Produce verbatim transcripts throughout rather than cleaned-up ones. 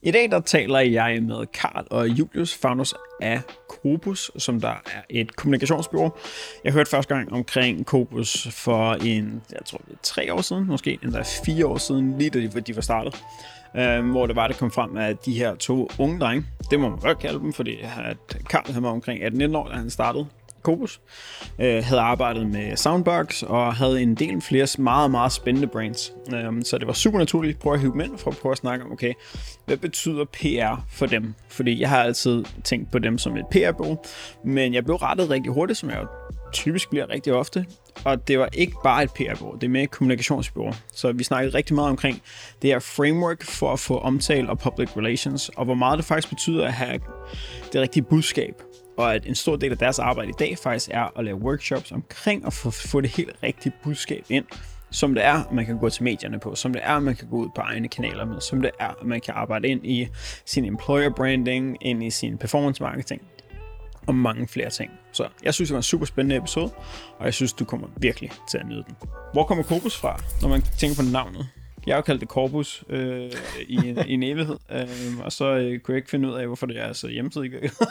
I dag der taler jeg med Carl og Julius, founders af Cobus, som der er et kommunikationsbureau. Jeg hørte første gang omkring Cobus for en, jeg tror det er tre år siden, måske endda fire år siden, lige da de var startet. Um, hvor det var, det kom frem, at de her to unge drenge, det må man godt kalde dem, fordi at Carl han var omkring atten nitten år, da han startede Cobus, uh, havde arbejdet med Soundbox og havde en del flere meget, meget spændende brands. Um, så det var super naturligt at prøve at hive dem ind for at prøve at snakke om, okay, hvad betyder P R for dem? Fordi jeg har altid tænkt på dem som et P R-bureau, men jeg blev rettet rigtig hurtigt, som jeg jo typisk bliver rigtig ofte. Og det var ikke bare et P R-bureau, det er mere et kommunikationsbureau. Så vi snakkede rigtig meget omkring det her framework for at få omtale og public relations, og hvor meget det faktisk betyder at have det rigtige budskab. Og at en stor del af deres arbejde i dag faktisk er at lave workshops omkring at få, få det helt rigtige budskab ind, som det er, man kan gå til medierne på, som det er, man kan gå ud på egne kanaler med, som det er, man kan arbejde ind i sin employer branding, ind i sin performance marketing, og mange flere ting. Så jeg synes, det var en super spændende episode, og jeg synes, du kommer virkelig til at nyde den. Hvor kommer Cobus fra, når man tænker på navnet? Jeg har jo kaldt det Corpus øh, i, i en evighed, øh, og så øh, kunne jeg ikke finde ud af, hvorfor det er så hjemmeside.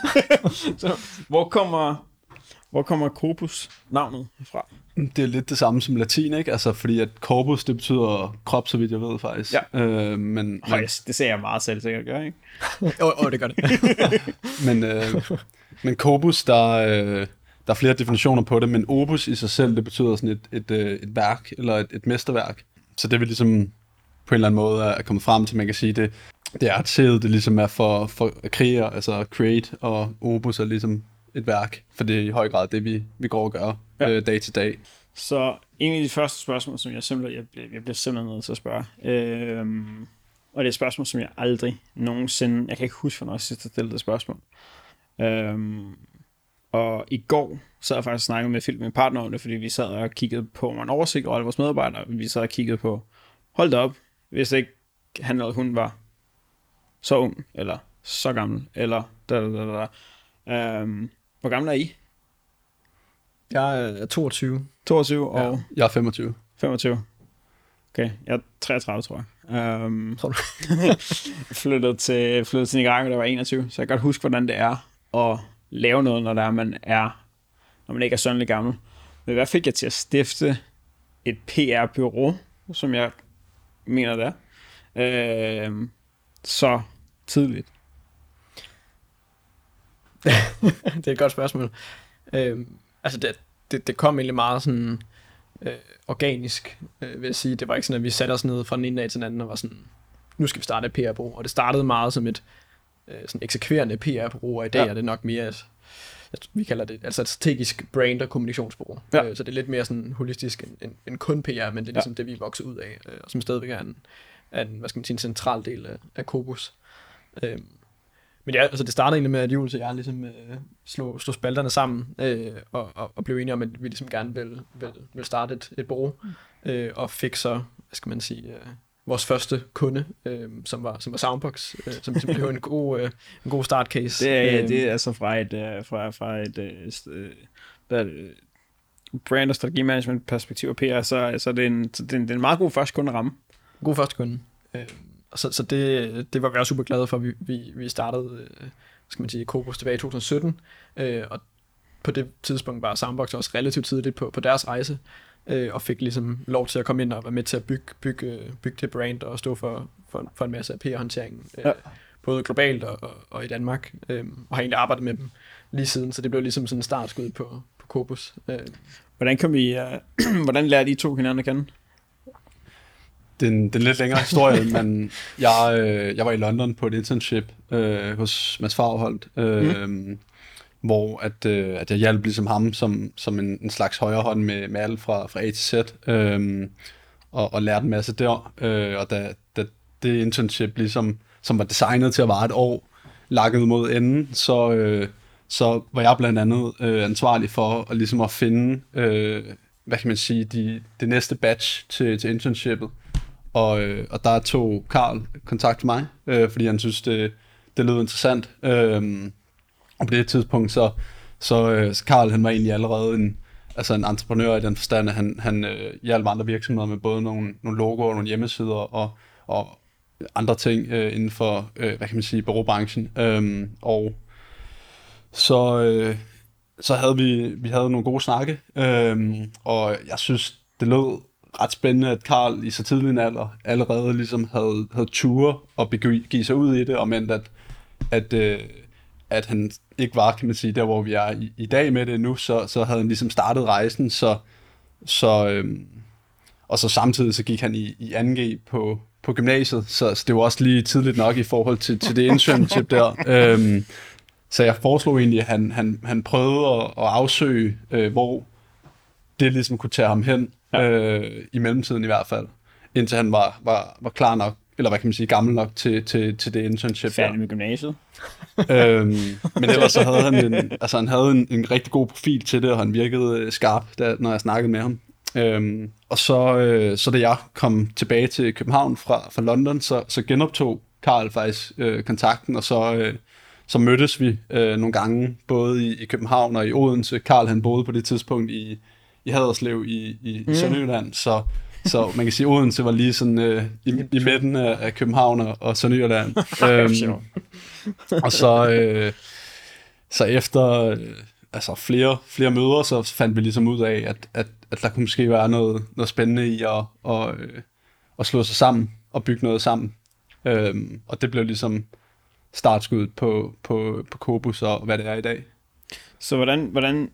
Så hvor kommer, hvor kommer Corpus navnet fra? Det er lidt det samme som latin, ikke? Altså, fordi at corpus, det betyder krop, så vidt jeg ved faktisk. Ja. Øh, men, Høj, men... det ser jeg meget selvsikkert gøre, ikke? Åh, oh, oh, det gør det. men, øh, men corpus, der, øh, der er flere definitioner på det, men opus i sig selv, det betyder sådan et, et, et, et værk, eller et, et mesterværk. Så det vil ligesom på en eller anden måde er kommet frem til, man kan sige, det, det er artet, det ligesom er for, for at kreere, altså create, og opus er ligesom et værk, for det er i høj grad det, vi, vi går og gør ja. øh, dag til dag. Så en af de første spørgsmål, som jeg simpelthen, jeg bliver, jeg bliver simpelthen nødt til at spørge, øhm, og det er et spørgsmål, som jeg aldrig nogensinde, jeg kan ikke huske, hvornår jeg sidst har stillet det spørgsmål. Øhm, og i går sad jeg faktisk og snakkede med Philip, min partner, om det, fordi vi sad og kiggede på en oversigt over alle vores medarbejdere, vi sad og kiggede på, hold da op, hvis ikke han eller hun var så ung, eller så gammel, eller da, da, da, da. Øhm, hvor gammel er I? Jeg er toogtyve. toogtyve og... Ja, jeg er femogtyve. femogtyve. Okay, jeg er treogtredive, tror jeg. Um, tror du? flyttede til, flyttede til Nicaragua, da jeg var enogtyve, så jeg kan godt huske, hvordan det er at lave noget, når, der er, man, er, når man ikke er sønderlig gammel. Men hvad fik jeg til at stifte et P R-bureau, som jeg mener det er, uh, så tidligt? Det er et godt spørgsmål. Øhm, altså det, det, det kom egentlig meget sådan øh, organisk, øh, vil jeg sige. Det var ikke sådan, at vi satte os ned fra den ene dag til den anden og var sådan, nu skal vi starte et P R-bureau. Og det startede meget som et øh, sådan eksekverende P R-bureau, og i dag ja. er det nok mere et, vi kalder det altså et strategisk brand- og kommunikationsbureau. Ja. Øh, så det er lidt mere sådan holistisk end, end, end kun P R, men det er ligesom ja. det, vi er vokset ud af, øh, og som stadigvæk er en, er en, hvad skal man sige, en central del af, af Cobus. Øh, Men ja, altså det startede egentlig med, at Jules og jeg ligesom øh, slog, slog spalterne sammen øh, og, og, og blev enige om, at vi ligesom gerne ville, ville, ville starte et, et bureau, øh, og fik så, hvad skal man sige, øh, vores første kunde, øh, som var som var Soundbox, øh, som ligesom blev en god øh, en god startcase. Det er, øh, det er altså fra et øh, fra, fra et øh, øh, brand- og strategimanagement perspektiv af P R, så, så det er en, så det er en, det er en meget god første kunde at ramme. God første kunde. Øh, Så, så det, det var vi også super glade for, at vi, vi, vi startede øh, skal man sige, Cobus tilbage i to tusind og sytten, øh, og på det tidspunkt var Soundbox også relativt tidligt på, på deres rejse, øh, og fik ligesom lov til at komme ind og være med til at bygge, bygge, bygge det brand og stå for, for, for en masse af P R-håndtering, øh, ja. både globalt og, og, og i Danmark, øh, og har egentlig arbejdet med dem lige siden, så det blev ligesom sådan en startskud på, på Cobus. Øh. Hvordan kom I, uh, hvordan lærte I to hinanden at kende? Det er en, det er en lidt længere historie, men jeg, øh, jeg var i London på et internship øh, hos Mads Farholt, øh, mm. hvor at, øh, at jeg hjalp ligesom ham som, som en, en slags højre hånd med, med alt fra, fra A til Z, øh, og, og lærte en masse der. Øh, og da, da det internship, ligesom, som var designet til at vare et år, lakkede mod enden, så, øh, så var jeg blandt andet øh, ansvarlig for at, ligesom at finde, øh, hvad kan man sige, de, det næste batch til, til internshipet. Og, øh, og der tog Carl kontakt til mig, øh, fordi han synes, det, det lød interessant. Øh, og på det tidspunkt, så, så, øh, så Carl, han var egentlig allerede en, altså en entreprenør i den forstand, at han, han øh, hjalp andre virksomheder med både nogle, nogle logoer og nogle hjemmesider, og, og andre ting øh, inden for, øh, hvad kan man sige, bureaubranchen. Øhm, og så, øh, så havde vi, vi havde nogle gode snakke, øhm, og jeg synes, det lød ret spændende, at Carl i så tidlig en alder allerede ligesom havde, havde ture og begive sig ud i det, og men at, at, øh, at han ikke var, kan man sige, der hvor vi er i, i dag med det nu, så, så havde han ligesom startet rejsen, så, så øhm, og så samtidig så gik han i, i anden G på, på gymnasiet, så, så det var også lige tidligt nok i forhold til, til det internship der. Øhm, så jeg foreslog egentlig, at han, han, han prøvede at, at afsøge, øh, hvor det ligesom kunne tage ham hen, ja. øh, i mellemtiden i hvert fald, indtil han var, var, var klar nok, eller hvad kan man sige, gammel nok til, til, til det internship. Færdig med gymnasiet. øhm, men ellers så havde han en, altså han havde en, en rigtig god profil til det, og han virkede skarp, da, når jeg snakkede med ham. Øhm, og så, øh, så da jeg kom tilbage til København fra, fra London, så, så genoptog Carl faktisk øh, kontakten, og så, øh, så mødtes vi øh, nogle gange, både i, i København og i Odense. Carl han boede på det tidspunkt i, i Haderslev i, i, mm. i Sønderjylland, så, så man kan sige, at Odense var lige sådan øh, i, i midten af, af København og, og Sønderjylland. øhm, og så, øh, så efter øh, altså flere, flere møder, så fandt vi ligesom ud af, at, at, at der kunne måske være noget, noget spændende i at, at, øh, at slå sig sammen og bygge noget sammen. Øhm, og det blev ligesom startskuddet på, på, på Cobus og hvad det er i dag. Så hvordan... hvordan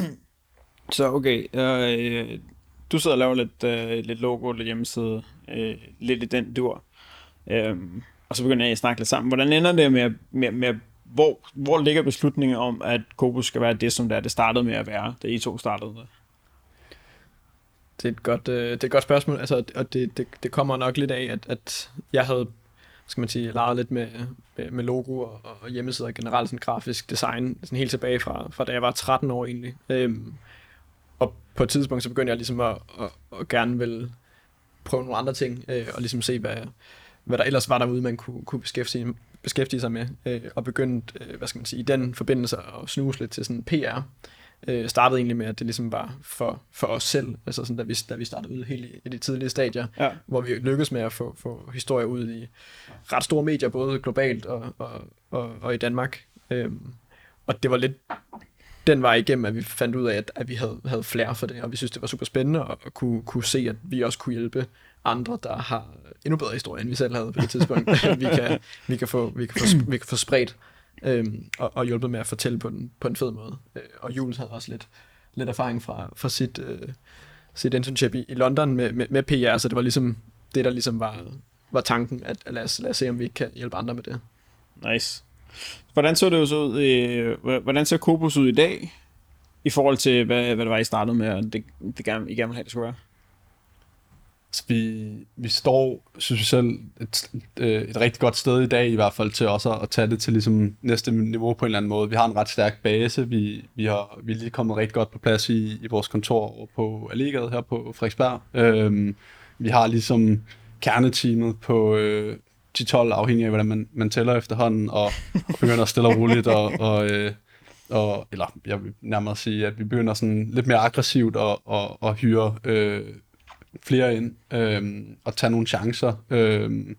så okay, øh, du sidder og laver lidt, øh, lidt logo, lidt hjemmeside, øh, lidt i den dur. Øh, og så begynder jeg at snakke lidt sammen. Hvordan ender det med, med, med hvor, hvor ligger beslutningen om, at Cobus skal være det, som det er, det startede med at være, da I to startede det? Det er et godt, øh, det er et godt spørgsmål, altså, og det, det, det kommer nok lidt af, at, at jeg havde, skal man sige, leget lidt med, med, med logo og, og hjemmesider og generelt sådan grafisk design, sådan helt tilbage fra, fra da jeg var tretten år egentlig. Øhm, og på et tidspunkt, så begyndte jeg ligesom at, at, at gerne vil prøve nogle andre ting, øh, og ligesom se, hvad, hvad der ellers var derude, man kunne, kunne beskæftige, beskæftige sig med, øh, og begyndte, øh, hvad skal man sige, i den forbindelse at snuse lidt til sådan P R. Øh, startede egentlig med, at det ligesom var for, for os selv, altså sådan, da, vi, da vi startede ud helt i, i de tidlige stadier, ja. Hvor vi lykkedes med at få, få historier ud i ret store medier, både globalt og, og, og, og i Danmark. Øhm, og det var lidt den vej igennem, at vi fandt ud af, at, at vi havde, havde flere for det, og vi synes, det var super spændende at, at kunne, kunne se, at vi også kunne hjælpe andre, der har endnu bedre historie, end vi selv havde på det tidspunkt. vi, kan, vi, kan få, vi, kan få, vi kan få spredt Øhm, og, og hjulpet med at fortælle på den, på en fed måde. Øh, og Jules havde også lidt, lidt erfaring fra, fra sit, øh, sit internship i, i London med, med, med P R, så det var ligesom det, der ligesom var, var tanken, at, at lad, os, lad os se, om vi ikke kan hjælpe andre med det. Nice. Hvordan så det jo så ud i, hvordan ser Cobus ud i dag, i forhold til, hvad, hvad det var, I startede med, og det, det gerne, I gerne ville have, det skulle være? Så vi, vi står, synes vi selv, et, et rigtig godt sted i dag, i hvert fald til også at tage det til ligesom næste niveau på en eller anden måde. Vi har en ret stærk base, vi, vi, har, vi er lige kommet rigtig godt på plads i, i vores kontor på Allégade her på Frederiksberg. Øhm, vi har ligesom kerneteamet på øh, ti tolv, afhængig af, hvordan man, man tæller efterhånden, og, og begynder stille og roligt, og, og, øh, og, eller jeg vil nærmere sige, at vi begynder sådan lidt mere aggressivt at, at, at hyre øh, flere ind, øhm, og tage nogle chancer. Øhm,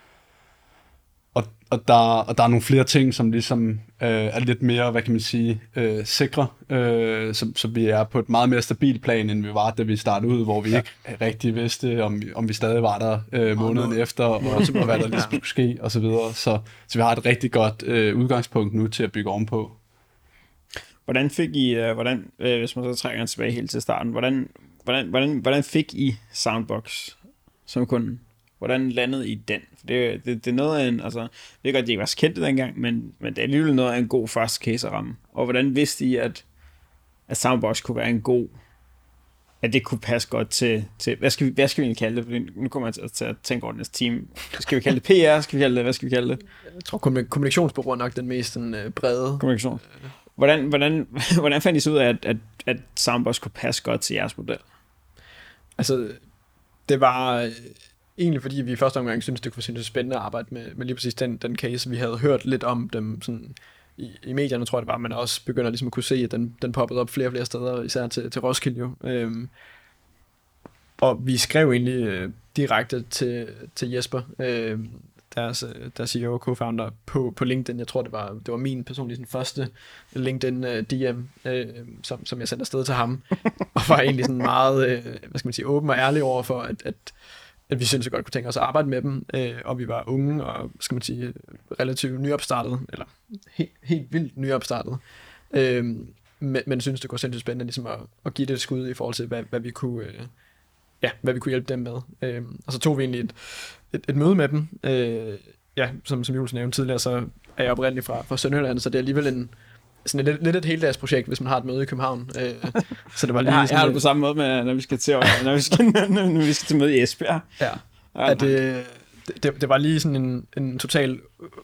og, og, der, og der er nogle flere ting, som ligesom øh, er lidt mere, hvad kan man sige, øh, sikre. Øh, så, så vi er på et meget mere stabilt plan, end vi var, da vi startede ud, hvor vi ja. ikke rigtig vidste, om vi, om vi stadig var der øh, måneden oh, efter, og, og hvad der ligesom skulle ske, og så videre. Så, så vi har et rigtig godt øh, udgangspunkt nu til at bygge ovenpå. Hvordan fik I, uh, hvordan, øh, hvis man så trækker en tilbage helt til starten, hvordan Hvordan, hvordan, hvordan fik I Soundbox som kunden? Hvordan landede I den? For det, det, det er noget af en, altså, det er godt, at I ikke var så kendte dengang, men, men det er alligevel noget af en god første case at ramme. Og hvordan vidste I, at, at Soundbox kunne være en god, at det kunne passe godt til, til hvad, skal vi, hvad skal vi egentlig kalde det? Fordi nu kommer jeg til, til at tænke over det næste team. Skal vi kalde det P R? Skal vi kalde det, hvad skal vi kalde det? Jeg tror, kommunikationsbureau er nok den mest sådan, brede. Kommunikation. Hvordan, hvordan, hvordan fandt I så ud af, at, at, at Soundbox kunne passe godt til jeres model? Altså, det var øh, egentlig fordi, vi i første omgang syntes, det kunne være spændende at arbejde med, med lige præcis den, den case. Vi havde hørt lidt om dem sådan, i, i medierne, tror jeg det var, men også begynder ligesom at kunne se, at den, den poppede op flere og flere steder, især til, til Roskilde jo. Øhm, og vi skrev egentlig øh, direkte til, til Jesper, øh, deres, deres C E O og co-founder på, på LinkedIn. Jeg tror, det var, det var min personlige sådan, første LinkedIn uh, D M, øh, som, som jeg sendte afsted til ham, og var egentlig sådan meget, øh, hvad skal man sige, åben og ærlig over for, at, at, at vi synes, vi godt kunne tænke os at arbejde med dem, øh, og vi var unge og, skal man sige, relativt nyopstartet, eller helt, helt vildt nyopstartet, øh, men, men synes, det kunne sindssygt spændende ligesom at, at give det et skud i forhold til, hvad, hvad vi kunne... Øh, ja, hvad vi kunne hjælpe dem med. Øh, og så tog vi egentlig et, et, et møde med dem. Øh, ja, som, som Jules nævnte tidligere, så er jeg oprindeligt fra, fra Sønderjylland, så det er alligevel en, sådan et, lidt et heldagsprojekt, hvis man har et møde i København. Øh, så det var lige jeg, sådan, jeg har det på samme måde, med, når vi skal til, når vi skal, når vi skal til møde i Esbjerg. Ja, ja at, øh, det, det var lige sådan en, en total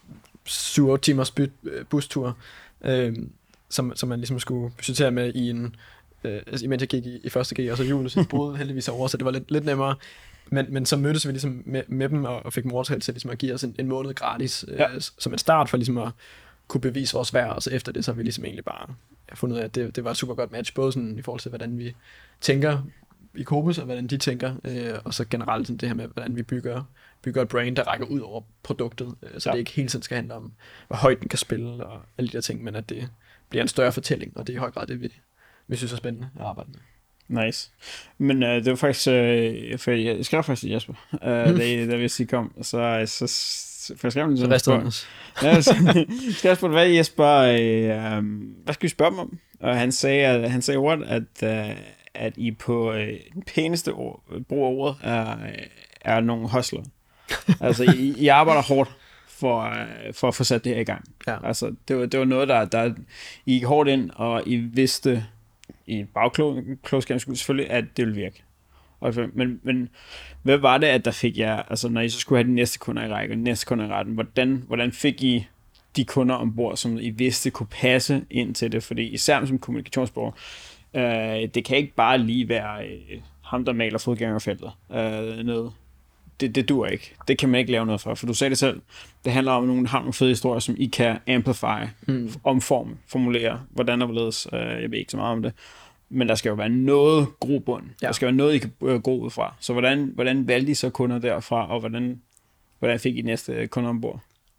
syv otte timers by, bustur, øh, som, som man ligesom skulle budgettere med i en Øh, altså, imens jeg gik i, i første G, og så Julius boede heldigvis over, så det var lidt, lidt nemmere. Men, men så mødtes vi ligesom med, med dem, og, og fik dem overtalt til ligesom at give os en, en måned gratis, øh, ja. som en start for ligesom at kunne bevise vores værd, og så efter det, så har vi ligesom egentlig bare ja, fundet ud af, at det, det var et super godt match, både sådan i forhold til, hvordan vi tænker i Cobus, og hvordan de tænker, øh, og så generelt sådan det her med, hvordan vi bygger, bygger et brand, der rækker ud over produktet, øh, så ja. det ikke hele tiden skal handle om, hvor højt den kan spille, og alle de der ting, men at det bliver en større fortælling, og det er i høj grad det, vi vi synes er spændende at arbejde med. Nice. Men øh, det var faktisk, øh, for jeg, jeg skrev faktisk til Jesper, øh, mm. da, da vi sige kom, så, så, så for jeg skrev så restede han os. Ja, så skal jeg spørge, hvad Jesper, øh, hvad skal vi spørge dem om? Og han sagde, at, han sagde ordet, at, øh, at I på øh, den pæneste ord, brug af ordet, er, er nogle hustler. Altså, I, I arbejder hårdt for, for at få sat det her i gang. Ja. Altså, det var, det var noget, der, der I gik hårdt ind, og I vidste i bagklogskab selvfølgelig, at det ville virke. Men, men hvad var det, at der fik jer, altså når I så skulle have de næste kunder i rækken, de næste kunder i retten, hvordan, hvordan fik I de kunder ombord, som I vidste kunne passe ind til det? Fordi især som kommunikationsbureau, øh, det kan ikke bare lige være øh, ham, der maler fodgængerfeltet øh, nede. Det, det dur ikke. Det kan man ikke lave noget for, for du sagde det selv. Det handler om, at nogen har nogle fede historier, som I kan amplify, mm. omforme, formulere, hvordan der hvorledes. Jeg ved ikke så meget om det. Men der skal jo være noget grobund. Ja. Der skal være noget, I kan gå ud fra. Så hvordan, hvordan valgte I så kunder derfra, og hvordan, hvordan fik I næste kunder ombord?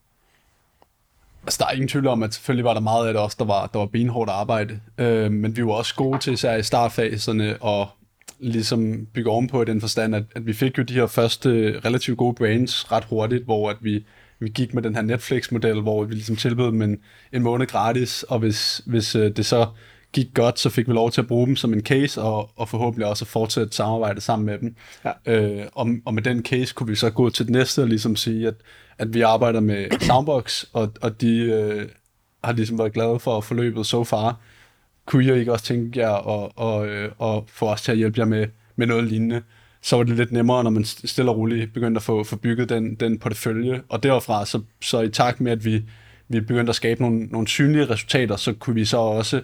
Altså, der er ingen tvivl om, at selvfølgelig var der meget af det også, der var, der var benhårdt arbejde. Øh, men vi var også gode til, især i startfaserne, og ligesom bygge ovenpå i den forstand, at, at vi fik jo de her første relativt gode brands ret hurtigt, hvor at vi, vi gik med den her Netflix-model, hvor vi ligesom tilbød dem en, en måned gratis, og hvis, hvis uh, det så gik godt, så fik vi lov til at bruge dem som en case, og, og forhåbentlig også at fortsætte samarbejde sammen med dem. Ja. Øh, og, og med den case kunne vi så gå til det næste og ligesom sige, at, at vi arbejder med Soundbox, og, og de øh, har ligesom været glade for forløbet so far. Kunne I ikke også tænke jer at, og, og få os til at hjælpe jer med, med noget lignende, så var det lidt nemmere, når man stille og roligt begyndte at få, få bygget den, den portefølje. Og derfra, så, så i takt med, at vi, vi begyndte at skabe nogle, nogle synlige resultater, så kunne vi så også,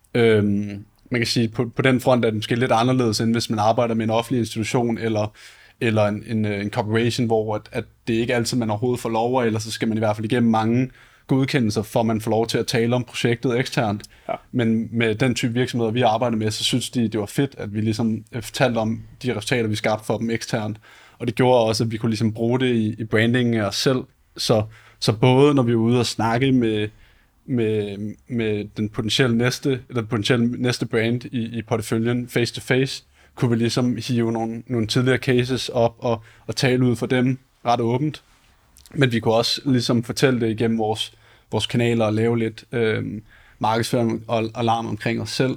øhm, man kan sige, på, på den front er det måske lidt anderledes, end hvis man arbejder med en offentlig institution, eller, eller en, en, en corporation, hvor at, at det ikke altid, man overhovedet får lov, eller så skal man i hvert fald igennem mange godkendelser, for at man får lov til at tale om projektet eksternt. Ja. Men med den type virksomheder, vi arbejder med, så synes de, det var fedt, at vi ligesom fortalte om de resultater, vi skabte for dem eksternt. Og det gjorde også, at vi kunne ligesom bruge det i, i brandingen af os selv. Så, så både når vi var ude og snakke med, med, med den potentielle næste, eller potentielle næste brand i, i porteføljen face to face, kunne vi ligesom hive nogle, nogle tidligere cases op og, og tale ud for dem ret åbent. Men vi kunne også ligesom fortælle det igennem vores, vores kanaler og lave lidt øh, markedsføring og alarm omkring os selv,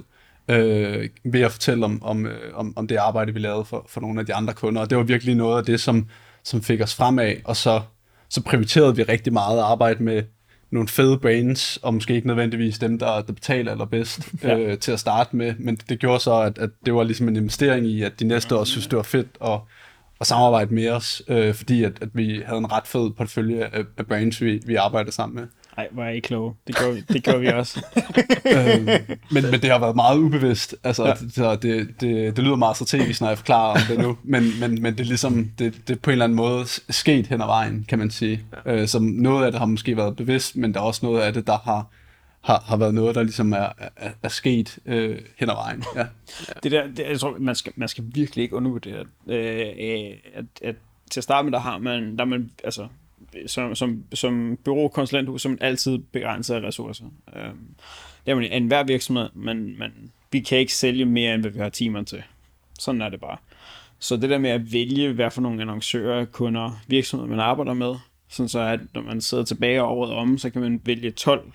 øh, ved at fortælle om, om, om, om det arbejde, vi lavede for, for nogle af de andre kunder. Og det var virkelig noget af det, som, som fik os fremad. Og så, så prioriterede vi rigtig meget at arbejde med nogle fede brands, og måske ikke nødvendigvis dem, der, der betaler allerbedst ja. øh, til at starte med. Men det gjorde så, at, at det var ligesom en investering i, at de næste år synes, det var fedt at og samarbejde med os, øh, fordi at, at vi havde en ret fed portefølje af, af brands, vi, vi arbejder sammen med. Ej, hvor er I kloge. Det gør vi, det gør vi også. øhm, men, men det har været meget ubevidst. Altså, ja. det, det, det lyder meget strategisk, når jeg forklarer om det nu, men, men, men det er ligesom, det, det er på en eller anden måde sket hen ad vejen, kan man sige. Ja. Øh, som noget af det har måske været bevidst, men der er også noget af det, der har Har, har været noget, der ligesom er, er, er sket øh, hen ad vejen. Ja. Det der, det, jeg tror, man skal, man skal virkelig ikke undervurdere, øh, at, at til at starte med, der har man, der man altså, som, som, som bureau konsulenthus, som altid begrænset af ressourcer. Øh, det er jo en hver virksomhed, men, men vi kan ikke sælge mere, end hvad vi har timer til. Sådan er det bare. Så det der med at vælge, hvad for nogle annoncører, kunder, virksomheder, man arbejder med, sådan så at når man sidder tilbage året om, så kan man vælge tolv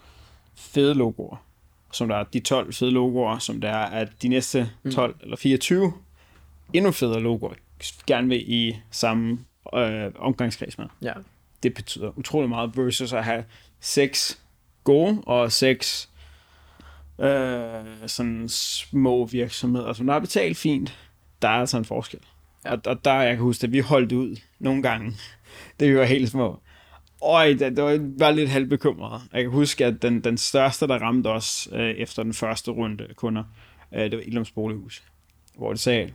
fede logoer, som der er de tolv fede logoer, som der er at de næste tolv mm. eller fireogtyve endnu federe logoer, gerne vil i samme øh, omgangskreds med. Ja. Det betyder utrolig meget versus at have seks gode og seks øh, sådan små virksomheder, som der har betalt fint. Der er altså en forskel. Ja. Og, og der, jeg kan huske, at vi holdt ud nogle gange, det var helt små. Øj, det, det var, var lidt halvbekymret. Jeg kan huske, at den, den største, der ramte os øh, efter den første runde kunder, øh, det var Ilums Bolighus, hvor det sagde,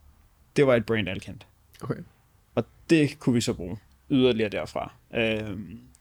det var et brand alle kendte. Okay. Og det kunne vi så bruge yderligere derfra. Øh,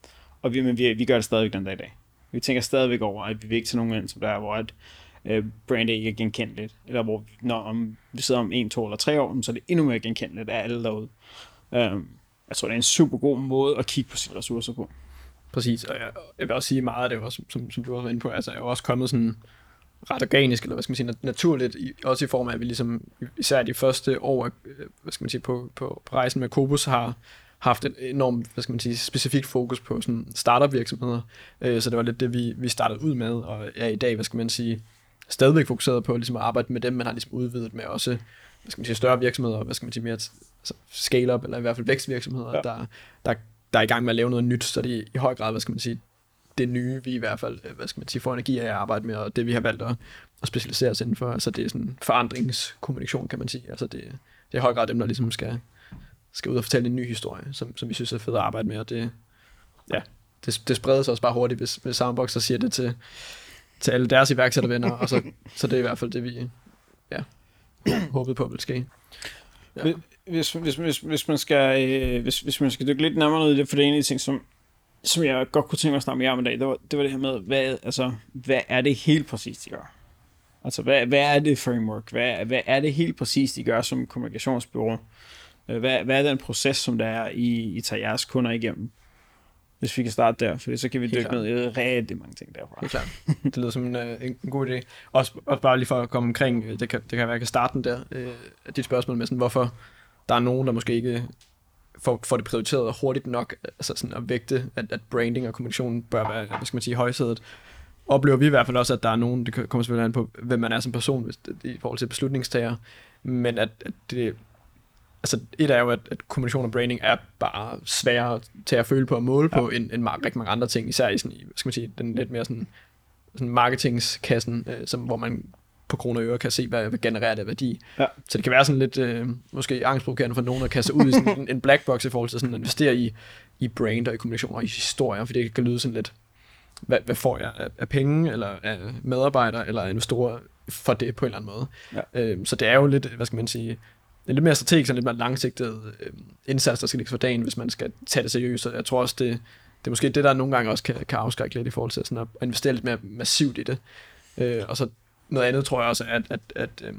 og vi, men vi, vi gør det stadigvæk den dag i dag. Vi tænker stadigvæk over, at vi vil ikke til nogen ind, som der er, hvor et øh, brand ikke er genkendeligt, eller hvor når om, vi sidder om en, to eller tre år, så er det endnu mere genkendeligt af alle derude. Øh, Jeg tror, det er en super god måde at kigge på sine ressourcer på. Præcis, og jeg, jeg vil også sige meget af det, også, som, som du også var inde på, altså jeg er jo også kommet sådan ret organisk, eller hvad skal man sige, naturligt, i, også i form af, at vi ligesom, især de første år, hvad skal man sige, på, på, på rejsen med Cobus, har haft et enormt, hvad skal man sige, specifikt fokus på sådan startup virksomheder, øh, så det var lidt det, vi, vi startede ud med, og er i dag, hvad skal man sige, stadigvæk fokuseret på ligesom at arbejde med dem, man har ligesom udvidet med også, hvad skal man sige, større virksomheder, hvad skal man sige, mere altså scale-up, eller i hvert fald vækstvirksomheder, ja. der, der, der er i gang med at lave noget nyt, så det er i høj grad, hvad skal man sige, det nye, vi i hvert fald, hvad skal man sige, får energi af at arbejde med, og det vi har valgt at, at specialisere os inden for, altså det er sådan forandringskommunikation, kan man sige, altså det, det er i høj grad dem, der ligesom skal, skal ud og fortælle en ny historie, som, som vi synes er fedt at arbejde med, og det, ja, det, det spreder sig også bare hurtigt, hvis, hvis Soundbox så siger det til, til alle deres iværksættervenner, og så, så det er i hvert fald det, vi ja, håbede på vil ske. Ja. Hvis, hvis, hvis, hvis, man skal, øh, hvis, hvis man skal dykke lidt nærmere ned i det, for det er en af de ting, som, som jeg godt kunne tænke mig at snakke mere om i dag, det var det, var det her med, hvad, altså, hvad er det helt præcis, de gør? Altså, hvad, hvad er det framework? Hvad, hvad er det helt præcis, de gør som kommunikationsbureau? Hvad, hvad er den proces, som der er, I, I tager jeres kunder igennem? Hvis vi kan starte der, for så kan vi dykke ned i rigtig mange ting derfra. Helt klart. Det lyder som en, en, en god idé. Også, også bare lige for at komme omkring, det kan, det kan være, at jeg kan starte den der, øh, dit spørgsmål med sådan, hvorfor der er nogen, der måske ikke får, får det prioriteret hurtigt nok, altså sådan at vægte, at, at branding og kommunikation bør være, hvad skal man sige, højsædet. Oplever vi i hvert fald også, at der er nogen, det kommer selvfølgelig an på, hvem man er som person, hvis det, i forhold til beslutningstager, men at, at det, altså et er jo, at, at kommunikation og branding er bare sværere til at føle på og måle på, ja. end, end rigtig mange andre ting, især i sådan, hvad skal man sige, den lidt mere sådan, sådan marketingskassen, øh, som, hvor man på kroner og øre kan se, hvad, hvad genererer det værdi. Ja. Så det kan være sådan lidt, øh, måske angstprovokerende for nogen at kaste ud i sådan en, en black box i forhold til sådan at investere i, i brand og i kommunikation og i historier, for det kan lyde sådan lidt, hvad, hvad får jeg af, af penge, eller af medarbejdere, eller investorer for det på en eller anden måde. Ja. Øh, så det er jo lidt, hvad skal man sige, det er lidt mere strategisk og lidt mere langsigtet øh, indsats, der skal ligge for dagen, hvis man skal tage det seriøst. Så jeg tror også, det, det er måske det, der nogle gange også kan, kan afskrække lidt i forhold til sådan at investere lidt mere massivt i det. Øh, og så noget andet tror jeg også, at, at, at, øh,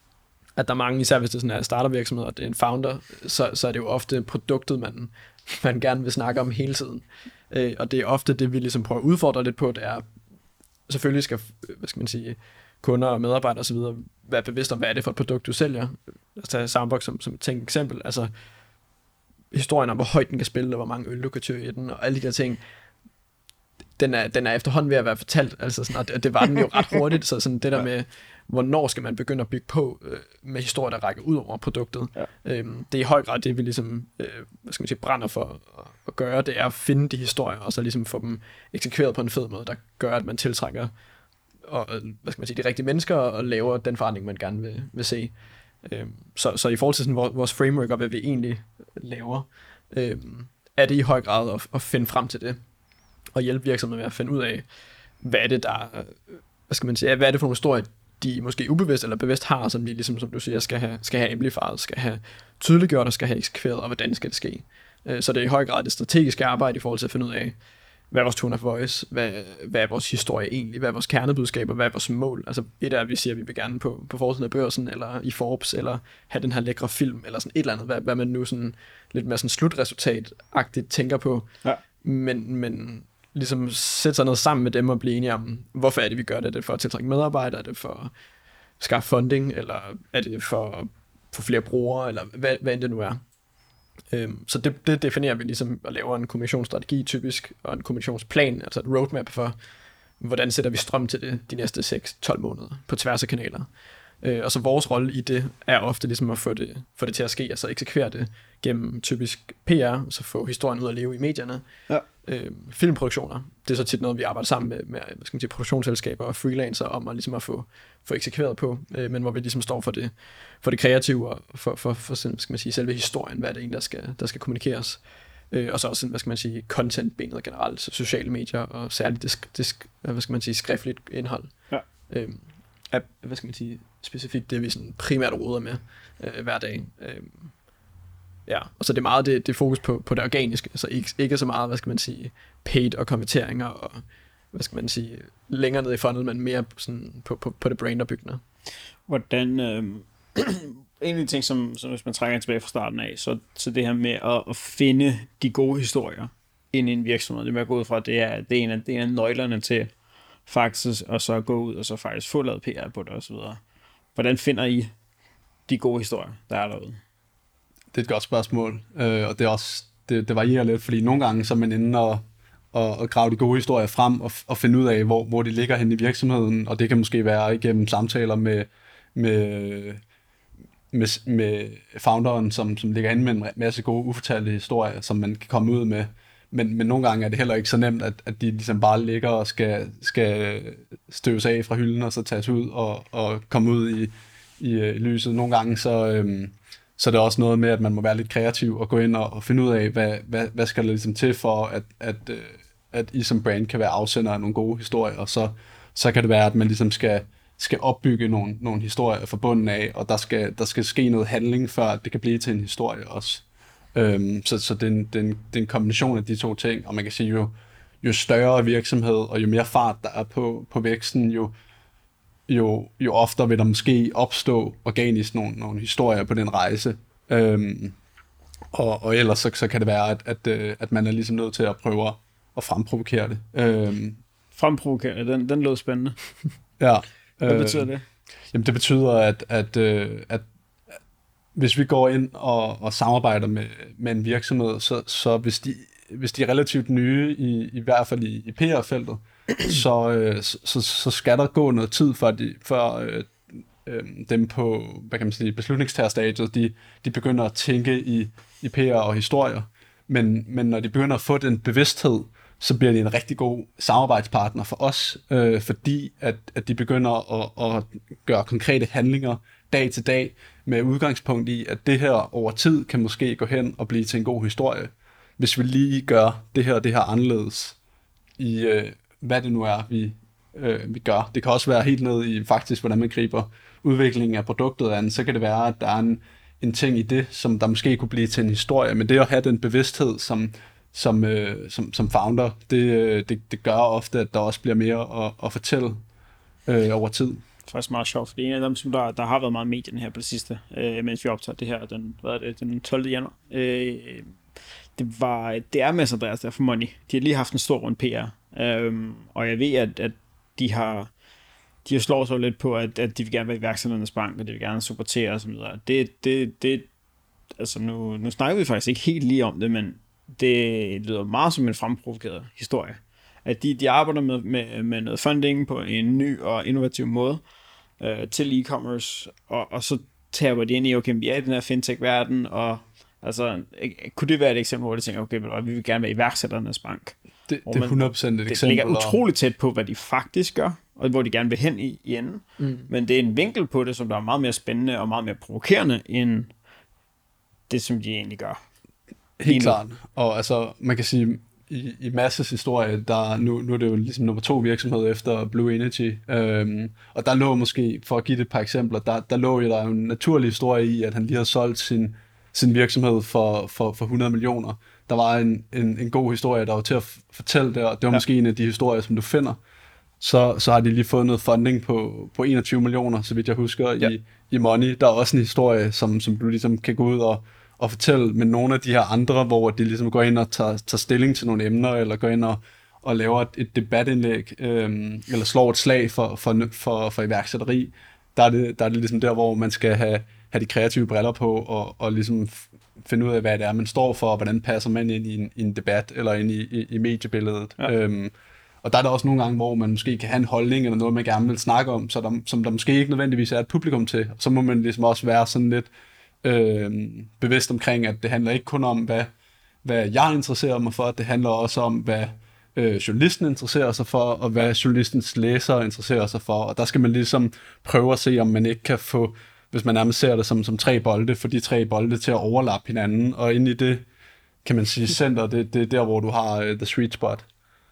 at der er mange, især hvis det sådan er startup-virksomhed, og det er en founder, så, så er det jo ofte produktet, man, man gerne vil snakke om hele tiden. Øh, og det er ofte det, vi ligesom prøver at udfordre lidt på, det er, selvfølgelig skal, hvad skal man sige, kunder og medarbejdere osv. være bevidst om, hvad er det for et produkt, du sælger. Lad os tage Soundbox som, som et eksempel. Altså, historien om, hvor højt den kan spille, og hvor mange øl du kan tøge i den, og alle de der ting, den er, den er efterhånden ved at være fortalt, altså sådan, og det var den jo ret hurtigt, så sådan det der med, hvornår skal man begynde at bygge på øh, med historier, der rækker ud over produktet. Ja. Øhm, det er i høj grad det, vi ligesom, øh, hvad skal man sige, brænder for at, at gøre, det er at finde de historier, og så ligesom få dem eksekveret på en fed måde, der gør, at man tiltrækker og, hvad skal man sige, de rigtige mennesker, og laver den forandring, man gerne vil, vil se. Øhm, så, så i forhold til sådan, vores framework, og hvad vi egentlig laver, øhm, er det i høj grad at, at finde frem til det, og hjælpe virksomheder med at finde ud af, hvad er det, der, hvad skal man sige, hvad er det for nogle historier, de måske ubevidst eller bevidst har, som de ligesom, som du siger, skal have, skal have amplifieret, skal have tydeliggjort og skal have eksekveret, og hvordan skal det ske. Øh, så det er i høj grad det strategiske arbejde i forhold til at finde ud af, hvad er vores tone of voice, hvad, hvad er vores historie egentlig, hvad er vores kernebudskaber, hvad er vores mål. Altså et er, at vi siger, at vi vil gerne på, på forsiden af Børsen, eller i Forbes, eller have den her lækre film, eller sådan et eller andet, hvad, hvad man nu sådan lidt mere sådan slutresultat-agtigt tænker på. Ja. Men, men ligesom sætte sig noget sammen med dem og blive enige om, hvorfor er det, vi gør det? Er det for at tiltrække medarbejdere? Er det for at skaffe funding? Eller er det for at få flere brugere? Eller hvad, hvad end det nu er? Øhm, så det, det definerer vi ligesom at lave en kommunikationsstrategi typisk, og en kommunikationsplan, altså et roadmap for, hvordan sætter vi strøm til det de næste seks til tolv måneder på tværs af kanaler. Øh, og så vores rolle i det er ofte ligesom at få det, få det til at ske, altså eksekvere det gennem typisk P R, så få historien ud at leve i medierne. Ja. Øh, filmproduktioner, det er så tit noget, vi arbejder sammen med, med hvad skal man sige, produktionsselskaber og freelancer om at, ligesom at få, få eksekveret på, øh, men hvor vi ligesom står for det, for det kreative og for, for, for skal man sige, selve historien, hvad er det egentlig, der skal, der skal kommunikeres. Øh, og så også, hvad skal man sige, content-benet generelt, så sociale medier og særligt disk, disk, hvad skal man sige, skriftligt indhold. Ja. Øh, er, hvad skal man sige, specifikt det, vi sådan primært råder med øh, hver dag. Øh, ja, og så det er meget det, det fokus på, på det organiske, så ikke, ikke så meget, hvad skal man sige, paid og konverteringer og, hvad skal man sige, længere ned i fundet, men mere sådan på, på, på det brandopbyggende. Hvordan, øh, en af de ting, som, som hvis man trækker tilbage fra starten af, så, så det her med at, at finde de gode historier ind i en virksomhed, det med at gå ud fra, det er, det er, en, af, det er en af nøglerne til faktisk, og så gå ud og så faktisk få lavet P R på det og så videre. Hvordan finder I de gode historier, der er derude? Det er et godt spørgsmål, øh, og det, er også, det, det varierer lidt, fordi nogle gange så er man inde og, og, og grave de gode historier frem og, og finde ud af, hvor, hvor de ligger hen i virksomheden, og det kan måske være igennem samtaler med, med, med, med founderen, som, som ligger inde med en masse gode ufortalte historier, som man kan komme ud med. Men, men nogle gange er det heller ikke så nemt, at, at de ligesom bare ligger og skal, skal støves af fra hylden, og så tages ud og, og komme ud i, i, i lyset. Nogle gange så, øhm, så er det også noget med, at man må være lidt kreativ og gå ind og, og finde ud af, hvad, hvad, hvad skal der ligesom til for, at, at, øh, at I som brand kan være afsender af nogle gode historier. Og så, så kan det være, at man ligesom skal, skal opbygge nogle, nogle historier fra bunden af, og der skal, der skal ske noget handling, før det kan blive til en historie også. Øhm, så så det, er en, det, er en, det er en kombination af de to ting, og man kan sige, jo, jo større virksomhed, og jo mere fart der er på, på væksten, jo, jo, jo oftere vil der måske opstå organisk nogle, nogle historier på den rejse. Øhm, og, og ellers så, så kan det være, at, at, at man er ligesom nødt til at prøve at fremprovokere det. Øhm, Fremprovokere det, den, den lød spændende. Ja. Hvad betyder det? Øh, jamen det betyder, at, at, at, at hvis vi går ind og, og samarbejder med, med en virksomhed, så, så hvis, de, hvis de er relativt nye, i, i hvert fald i, i P R-feltet, så, øh, så, så skal der gå noget tid, før, de, før øh, øh, dem på hvad kan man sige, beslutningstagerstadiet, de, de begynder at tænke i, i P R og historier. Men, men når de begynder at få den bevidsthed, så bliver de en rigtig god samarbejdspartner for os, øh, fordi at, at de begynder at, at gøre konkrete handlinger dag til dag, med udgangspunkt i, at det her over tid kan måske gå hen og blive til en god historie, hvis vi lige gør det her og det her anderledes i, øh, hvad det nu er, vi, øh, vi gør. Det kan også være helt ned i faktisk, hvordan man griber udviklingen af produktet an. Så kan det være, at der er en, en ting i det, som der måske kunne blive til en historie, men det at have den bevidsthed som, som, øh, som, som founder, det, det, det gør ofte, at der også bliver mere at, at fortælle øh, over tid. Det er faktisk meget sjovt, fordi en af dem, som der, der har været meget i medierne her på det sidste, øh, mens vi optager det her, den, hvad er det, den tolvte januar, øh, det, var, det er Mads Andreas der for Money. De har lige haft en stor rundt P R, øh, og jeg ved, at, at de har de har slået sig lidt på, at, at de vil gerne være iværksætternes bank, og de vil gerne supportere og så videre. Det, det, det, altså nu, nu snakker vi faktisk ikke helt lige om det, men det lyder meget som en fremprovokeret historie. At de, de arbejder med, med, med noget funding på en ny og innovativ måde øh, til e-commerce, og, og så tager de ind i, okay, vi er i den her fintech-verden, og altså, kunne det være et eksempel, hvor de tænker, okay, vi vil gerne være iværksætternes bank? Det, det er hundrede procent et det eksempel. Det ligger utroligt tæt på, hvad de faktisk gør, og hvor de gerne vil hen i, i enden. Mm. Men det er en vinkel på det, som der er meget mere spændende og meget mere provokerende, end det, som de egentlig gør. Helt klart. Og altså, man kan sige, i, i Masses historie, der, nu, nu er det jo ligesom nummer to virksomhed efter Blue Energy, øhm, og der lå måske, for at give det et par eksempler, der, der lå jo der jo en naturlig historie i, at han lige havde solgt sin, sin virksomhed for, for, for hundrede millioner. Der var en, en, en god historie, der var til at f- fortælle det, og det var ja. måske en af de historier, som du finder. Så, så har de lige fået noget funding på, på enogtyve millioner, så vidt jeg husker, ja. i, i Money. Der er også en historie, som, som du ligesom kan gå ud og, og fortælle med nogle af de her andre, hvor de ligesom går ind og tager, tager stilling til nogle emner, eller går ind og, og laver et, et debatindlæg, øhm, eller slår et slag for, for, for, for iværksætteri. Der er, det, der er det ligesom der, hvor man skal have, have de kreative briller på, og, og ligesom finde ud af, hvad det er, man står for, og hvordan passer man ind i en, i en debat, eller ind i, i, i mediebilledet. Ja. Øhm, og der er der også nogle gange, hvor man måske kan have en holdning, eller noget, man gerne vil snakke om, så der, som der måske ikke nødvendigvis er et publikum til. Så må man ligesom også være sådan lidt øh, bevidst omkring, at det handler ikke kun om, hvad, hvad jeg interesserer mig for, det handler også om, hvad øh, journalisten interesserer sig for, og hvad journalistens læsere interesserer sig for. Og der skal man ligesom prøve at se, om man ikke kan få, hvis man nærmest ser det som, som tre bolde, for de tre bolde til at overlappe hinanden. Og inde i det, kan man sige, center, det, det er der, hvor du har uh, the sweet spot.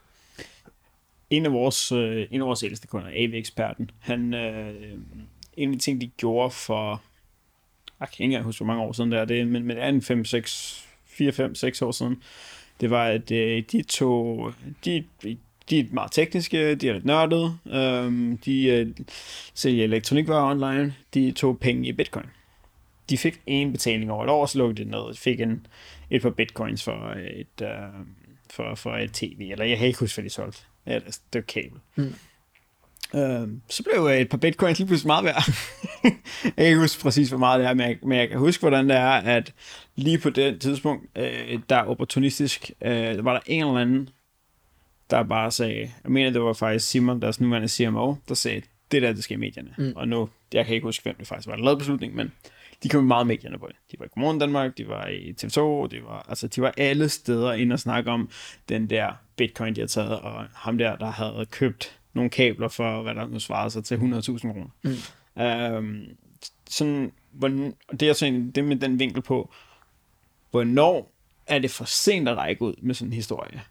En af vores, øh, en af vores ældste kunder, A V-eksperten, han, øh, en af de ting, de gjorde for, jeg kan ikke engang huske, hvor mange år siden det er, det, men, men det er en fem, seks, fire, fem, seks år siden, det var, at øh, de tog, de, de er meget tekniske, de er lidt nørdede, øh, de øh, sælger elektronikvarer online, de tog penge i bitcoin. De fik en betaling over et år, så lukkede det ned, de fik en, et par bitcoins for et, øh, for, for et tv, eller jeg kan ikke huske, hvad de solgte. Ja, det var kabel. Mm. Øhm, så blev et par bitcoins lige pludselig meget værd. Jeg kan ikke huske præcis, hvor meget det er, men jeg, men jeg kan huske, hvordan det er, at lige på det tidspunkt, øh, der er opportunistisk, øh, der var der en eller anden, der bare sagde, jeg mener, det var faktisk Simon, der er nuværende C M O, der sagde, det der, det skal i medierne. Mm. Og nu, jeg kan ikke huske, hvem det faktisk var, der lavede beslutningen, men de kom meget medierne på det. De var i Godmorgen Danmark, de var i T V to, de var, altså, de var alle steder inde og snakke om den der bitcoin, de havde taget, og ham der, der havde købt nogle kabler for, hvad der nu svarede sig til hundrede tusind kroner. Mm. Øhm, sådan, hvordan, det er sådan det med den vinkel på, hvornår er det for sent at række ud med sådan en historie?